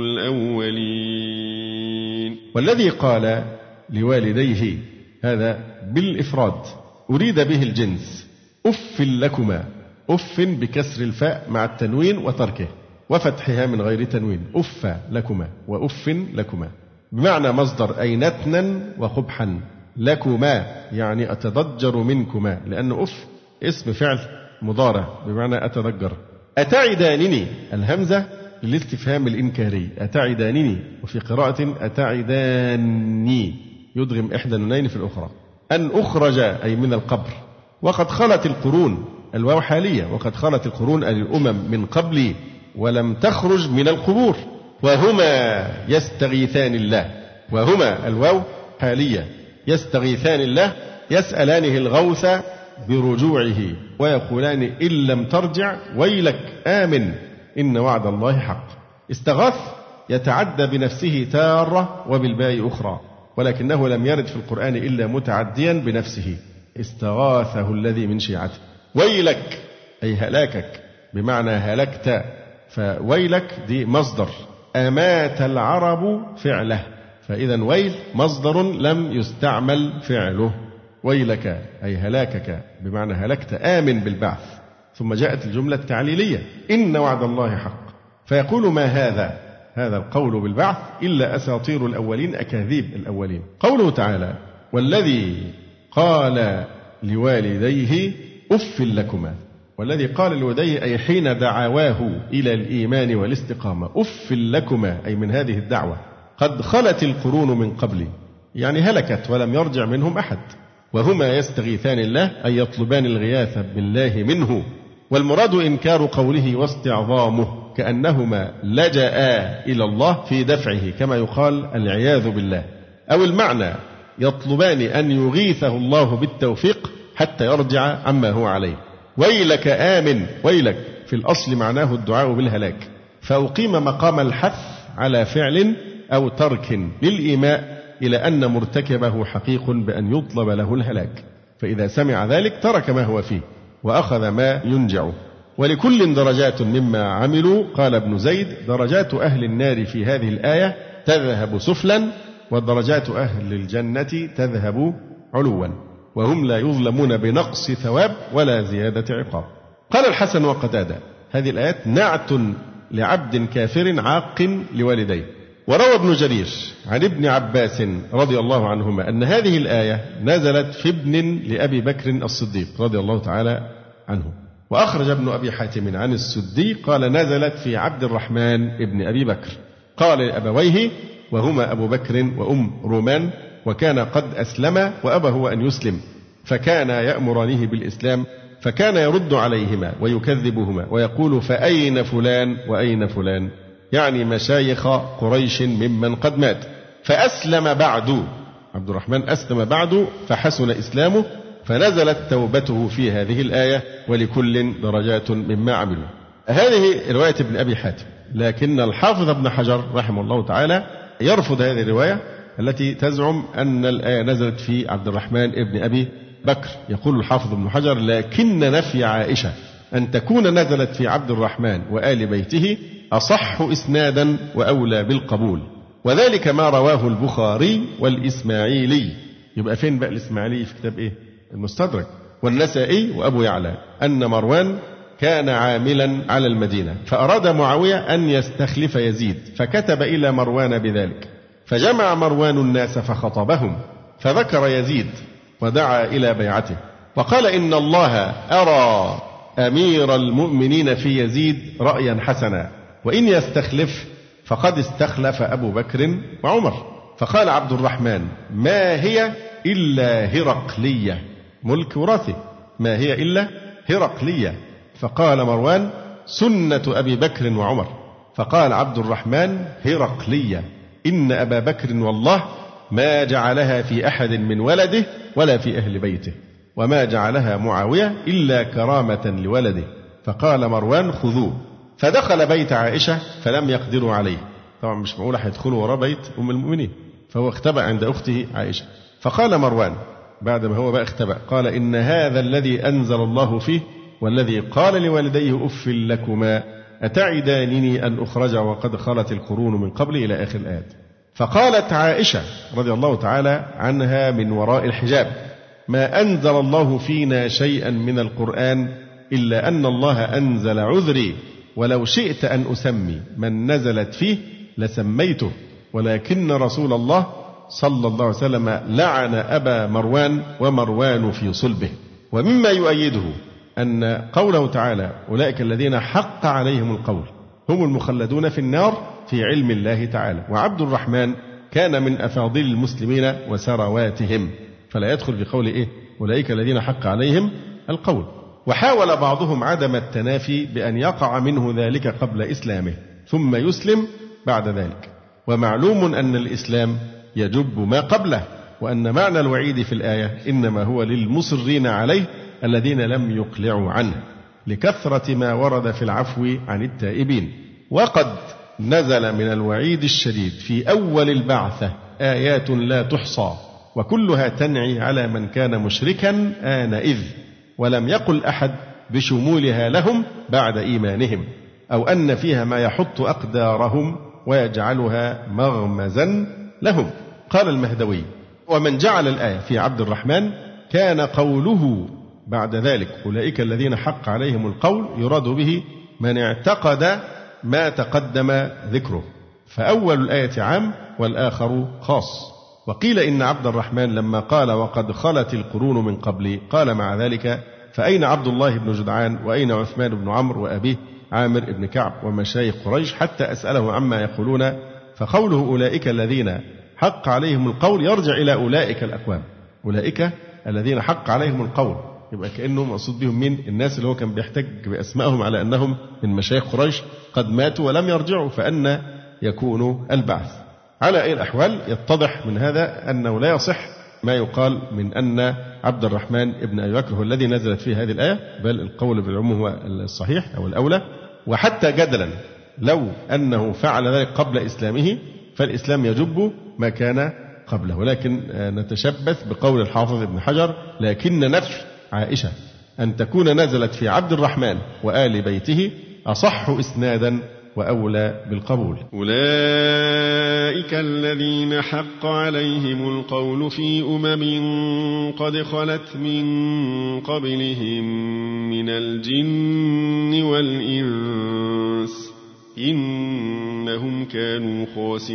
الأولين. والذي قال لوالديه هذا بالإفراد أريد به الجنس، أف لكما، أف بكسر الفاء مع التنوين وتركه وفتحها من غير تنوين، أف لكما وأف لكما، بمعنى مصدر أي نتنا وقبحا، لكما يعني أتضجر منكما، لأن أف اسم فعل مضارع بمعنى أتضجر. أتعدانني الهمزة للاستفهام الإنكاري، أتعدانني، وفي قراءة أتعداني يدغم إحدى النونين في الأخرى، أن أخرج أي من القبر، وقد خلت القرون، الواو حالية، وقد خلت القرون أي الأمم من قبلي ولم تخرج من القبور، وهما يستغيثان الله، وهما الواو حالية، يستغيثان الله يسألانه الغوث برجوعه ويقولان إن لم ترجع ويلك آمن إن وعد الله حق. استغاث يتعدى بنفسه تارة وبالباء أخرى، ولكنه لم يرد في القرآن إلا متعديا بنفسه، استغاثه الذي من شيعته. ويلك أي هلاكك بمعنى هلكت، فويلك دي مصدر، أمات العرب فعله، فإذا ويل مصدر لم يستعمل فعله. ويلك أي هلاكك بمعنى هلكت آمن بالبعث. ثم جاءت الجملة التعليلية إن وعد الله حق، فيقول ما هذا هذا القول بالبعث إلا أساطير الأولين، أكاذيب الأولين. قوله تعالى والذي قال لوالديه أف لكما، والذي قال لوالديه أي حين دعواه إلى الإيمان والاستقامة، أف لكما أي من هذه الدعوة، قد خلت القرون من قبلي، يعني هلكت ولم يرجع منهم أحد. وهما يستغيثان الله أي يطلبان الغياث بالله منه، والمراد إنكار قوله واستعظامه، كأنهما لجأا إلى الله في دفعه، كما يقال العياذ بالله. أو المعنى يطلبان أن يغيثه الله بالتوفيق حتى يرجع عما هو عليه. ويلك آمن، ويلك في الأصل معناه الدعاء بالهلاك، فأقيم مقام الحث على فعل أو ترك للإيماء إلى أن مرتكبه حقيق بأن يطلب له الهلاك، فإذا سمع ذلك ترك ما هو فيه وأخذ ما ينجعه. ولكل درجات مما عملوا، قال ابن زيد درجات أهل النار في هذه الآية تذهب سفلا، ودرجات أهل الجنة تذهب علوا، وهم لا يظلمون بنقص ثواب ولا زيادة عقاب. قال الحسن وقتادة هذه الآيات نعت لعبد كافر عاق لوالديه. وروى ابن جرير عن ابن عباس رضي الله عنهما أن هذه الآية نزلت في ابن لأبي بكر الصديق رضي الله تعالى عنه. وأخرج ابن أبي حاتم عن السدي قال نزلت في عبد الرحمن ابن أبي بكر، قال لأبويه وهما أبو بكر وأم رومان، وكان قد أسلم وأبه أن يسلم، فكان يأمرانه بالإسلام، فكان يرد عليهما ويكذبهما ويقول فأين فلان وأين فلان، يعني مشايخ قريش ممن قد مات. فأسلم بعد، عبد الرحمن أسلم بعد فحسن إسلامه، فنزلت توبته في هذه الآية ولكل درجات مما عملوا. هذه رواية ابن أبي حاتم، لكن الحافظ ابن حجر رحمه الله تعالى يرفض هذه الرواية التي تزعم أن الآية نزلت في عبد الرحمن ابن أبي بكر. يقول الحافظ ابن حجر لكن نفي عائشة أن تكون نزلت في عبد الرحمن وآل بيته أصح إسنادا وأولى بالقبول، وذلك ما رواه البخاري والإسماعيلي. يبقى فين بقى الإسماعيلي في كتاب إيه؟ المستدرك. والنسائي وأبو يعلى أن مروان كان عاملا على المدينة، فأراد معاوية أن يستخلف يزيد، فكتب إلى مروان بذلك، فجمع مروان الناس فخطبهم، فذكر يزيد ودعا إلى بيعته، وقال إن الله أرى أمير المؤمنين في يزيد رأيا حسنا، وإن يستخلف فقد استخلف أبو بكر وعمر. فقال عبد الرحمن ما هي إلا هرقلية، ملك وراثي، ما هي إلا هرقلية. فقال مروان سنة أبي بكر وعمر. فقال عبد الرحمن هرقلية، إن أبا بكر والله ما جعلها في أحد من ولده ولا في أهل بيته، وما جعلها معاوية إلا كرامة لولده. فقال مروان خذوه، فدخل بيت عائشة فلم يقدروا عليه، طبعا مش معقول هيدخلوا وراء بيت أم المؤمنين، فهو اختبأ عند أخته عائشة. فقال مروان بعد ما هو بقى اختبأ، قال إن هذا الذي أنزل الله فيه والذي قال لوالديه أف لكما أتعدانني أن أخرج وقد خلت القرون من قبل إلى آخر الآيات. فقالت عائشة رضي الله تعالى عنها من وراء الحجاب ما أنزل الله فينا شيئا من القرآن إلا أن الله أنزل عذري، ولو شئت أن أسمي من نزلت فيه لسميته، ولكن رسول الله صلى الله عليه وسلم لعن أبا مروان ومروان في صلبه. ومما يؤيده أن قوله تعالى أولئك الذين حق عليهم القول هم المخلدون في النار في علم الله تعالى. وعبد الرحمن كان من أفاضل المسلمين وثرواتهم، فلا يدخل في قول إيه أولئك الذين حق عليهم القول. وحاول بعضهم عدم التنافي بأن يقع منه ذلك قبل إسلامه ثم يسلم بعد ذلك، ومعلوم أن الإسلام يجب ما قبله، وأن معنى الوعيد في الآية إنما هو للمصرين عليه الذين لم يقلعوا عنه، لكثرة ما ورد في العفو عن التائبين. وقد نزل من الوعيد الشديد في أول البعثة آيات لا تحصى، وكلها تنعي على من كان مشركا آنئذ، ولم يقل أحد بشمولها لهم بعد إيمانهم، أو أن فيها ما يحط أقدارهم ويجعلها مغمزا لهم. قال المهدوي: ومن جعل الآية في عبد الرحمن كان قوله بعد ذلك أولئك الذين حق عليهم القول يراد به من اعتقد ما تقدم ذكره، فأول الآية عام والآخر خاص. وقيل إن عبد الرحمن لما قال وقد خلت القرون من قبلي قال مع ذلك فأين عبد الله بن جدعان وأين عثمان بن عمرو وأبيه عامر بن كعب ومشايخ قريش حتى أسأله عما يقولون، فقوله أولئك الذين حق عليهم القول يرجع إلى أولئك الأقوام، أولئك الذين حق عليهم القول، يبقى كأنه مقصود بهم من الناس اللي هو كان بيحتج بأسمائهم على أنهم من مشايخ قريش قد ماتوا ولم يرجعوا، فأن يكون البعث. على أي الأحوال يتضح من هذا أنه لا يصح ما يقال من أن عبد الرحمن ابن أبي بكر هو الذي نزلت فيه هذه الآية، بل القول بالعموم هو الصحيح أو الأولى. وحتى جدلا لو أنه فعل ذلك قبل إسلامه فالإسلام يجب ما كان قبله، ولكن نتشبث بقول الحافظ ابن حجر: لكن نفي عائشة أن تكون نزلت في عبد الرحمن وآل بيته أصح إسنادا وأولى بالقبول. أولئك الذين حق عليهم القول في أمم قد خلت من قبلهم من الجن والإنس إنهم كانوا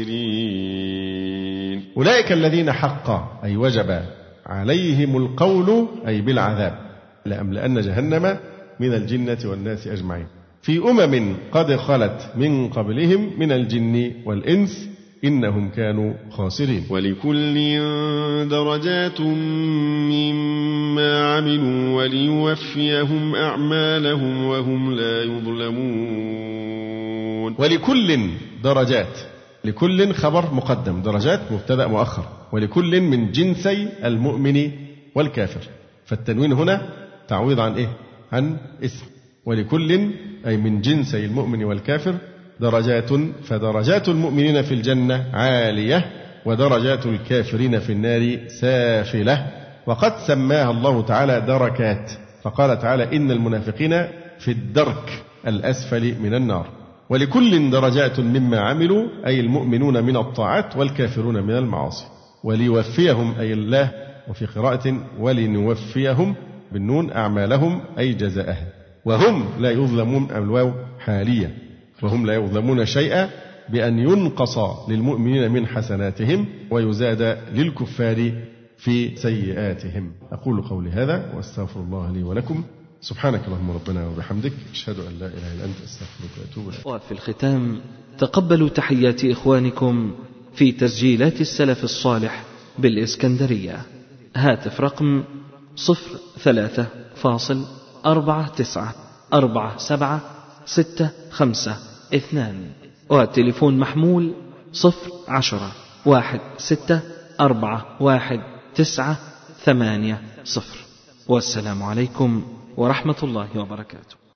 خاسرين. أولئك الذين حق أي وجب عليهم القول أي بالعذاب لأملأن جهنم من الجنة والناس أجمعين في أمم قد خلت من قبلهم من الجن والإنس إنهم كانوا خاسرين. ولكل درجات مما عملوا وليوفيهم أعمالهم وهم لا يظلمون. ولكل درجات، لكل خبر مقدم، درجات مبتدأ مؤخر، ولكل من جنسي المؤمن والكافر، فالتنوين هنا تعويض عن إيه؟ عن اسم. ولكل أي من جنسي المؤمن والكافر درجات، فدرجات المؤمنين في الجنة عالية ودرجات الكافرين في النار سافلة، وقد سماها الله تعالى دركات، فقال تعالى إن المنافقين في الدرك الأسفل من النار. ولكل درجات مما عملوا أي المؤمنون من الطاعات والكافرون من المعاصي. وليوفيهم أي الله، وفي قراءة ولنوفيهم بالنون أعمالهم أي جزاءها، وهم لا يظلمون الواو حالية، وهم لا يظلمون شيئا بأن ينقص للمؤمنين من حسناتهم ويزاد للكفار في سيئاتهم. أقول قولي هذا وأستغفر الله لي ولكم. سبحانك اللهم ربنا وبحمدك أشهد أن لا إله إلا أنت أستغفرك وأتوب إليك. وفي الختام تقبلوا تحيات إخوانكم في تسجيلات السلف الصالح بالإسكندرية. هاتف رقم صفر ثلاثة فاصل أربعة تسعة أربعة سبعة ستة خمسة اثنان، وتليفون محمول صفر عشرة واحد ستة أربعة واحد تسعة ثمانية صفر. والسلام عليكم ورحمة الله وبركاته.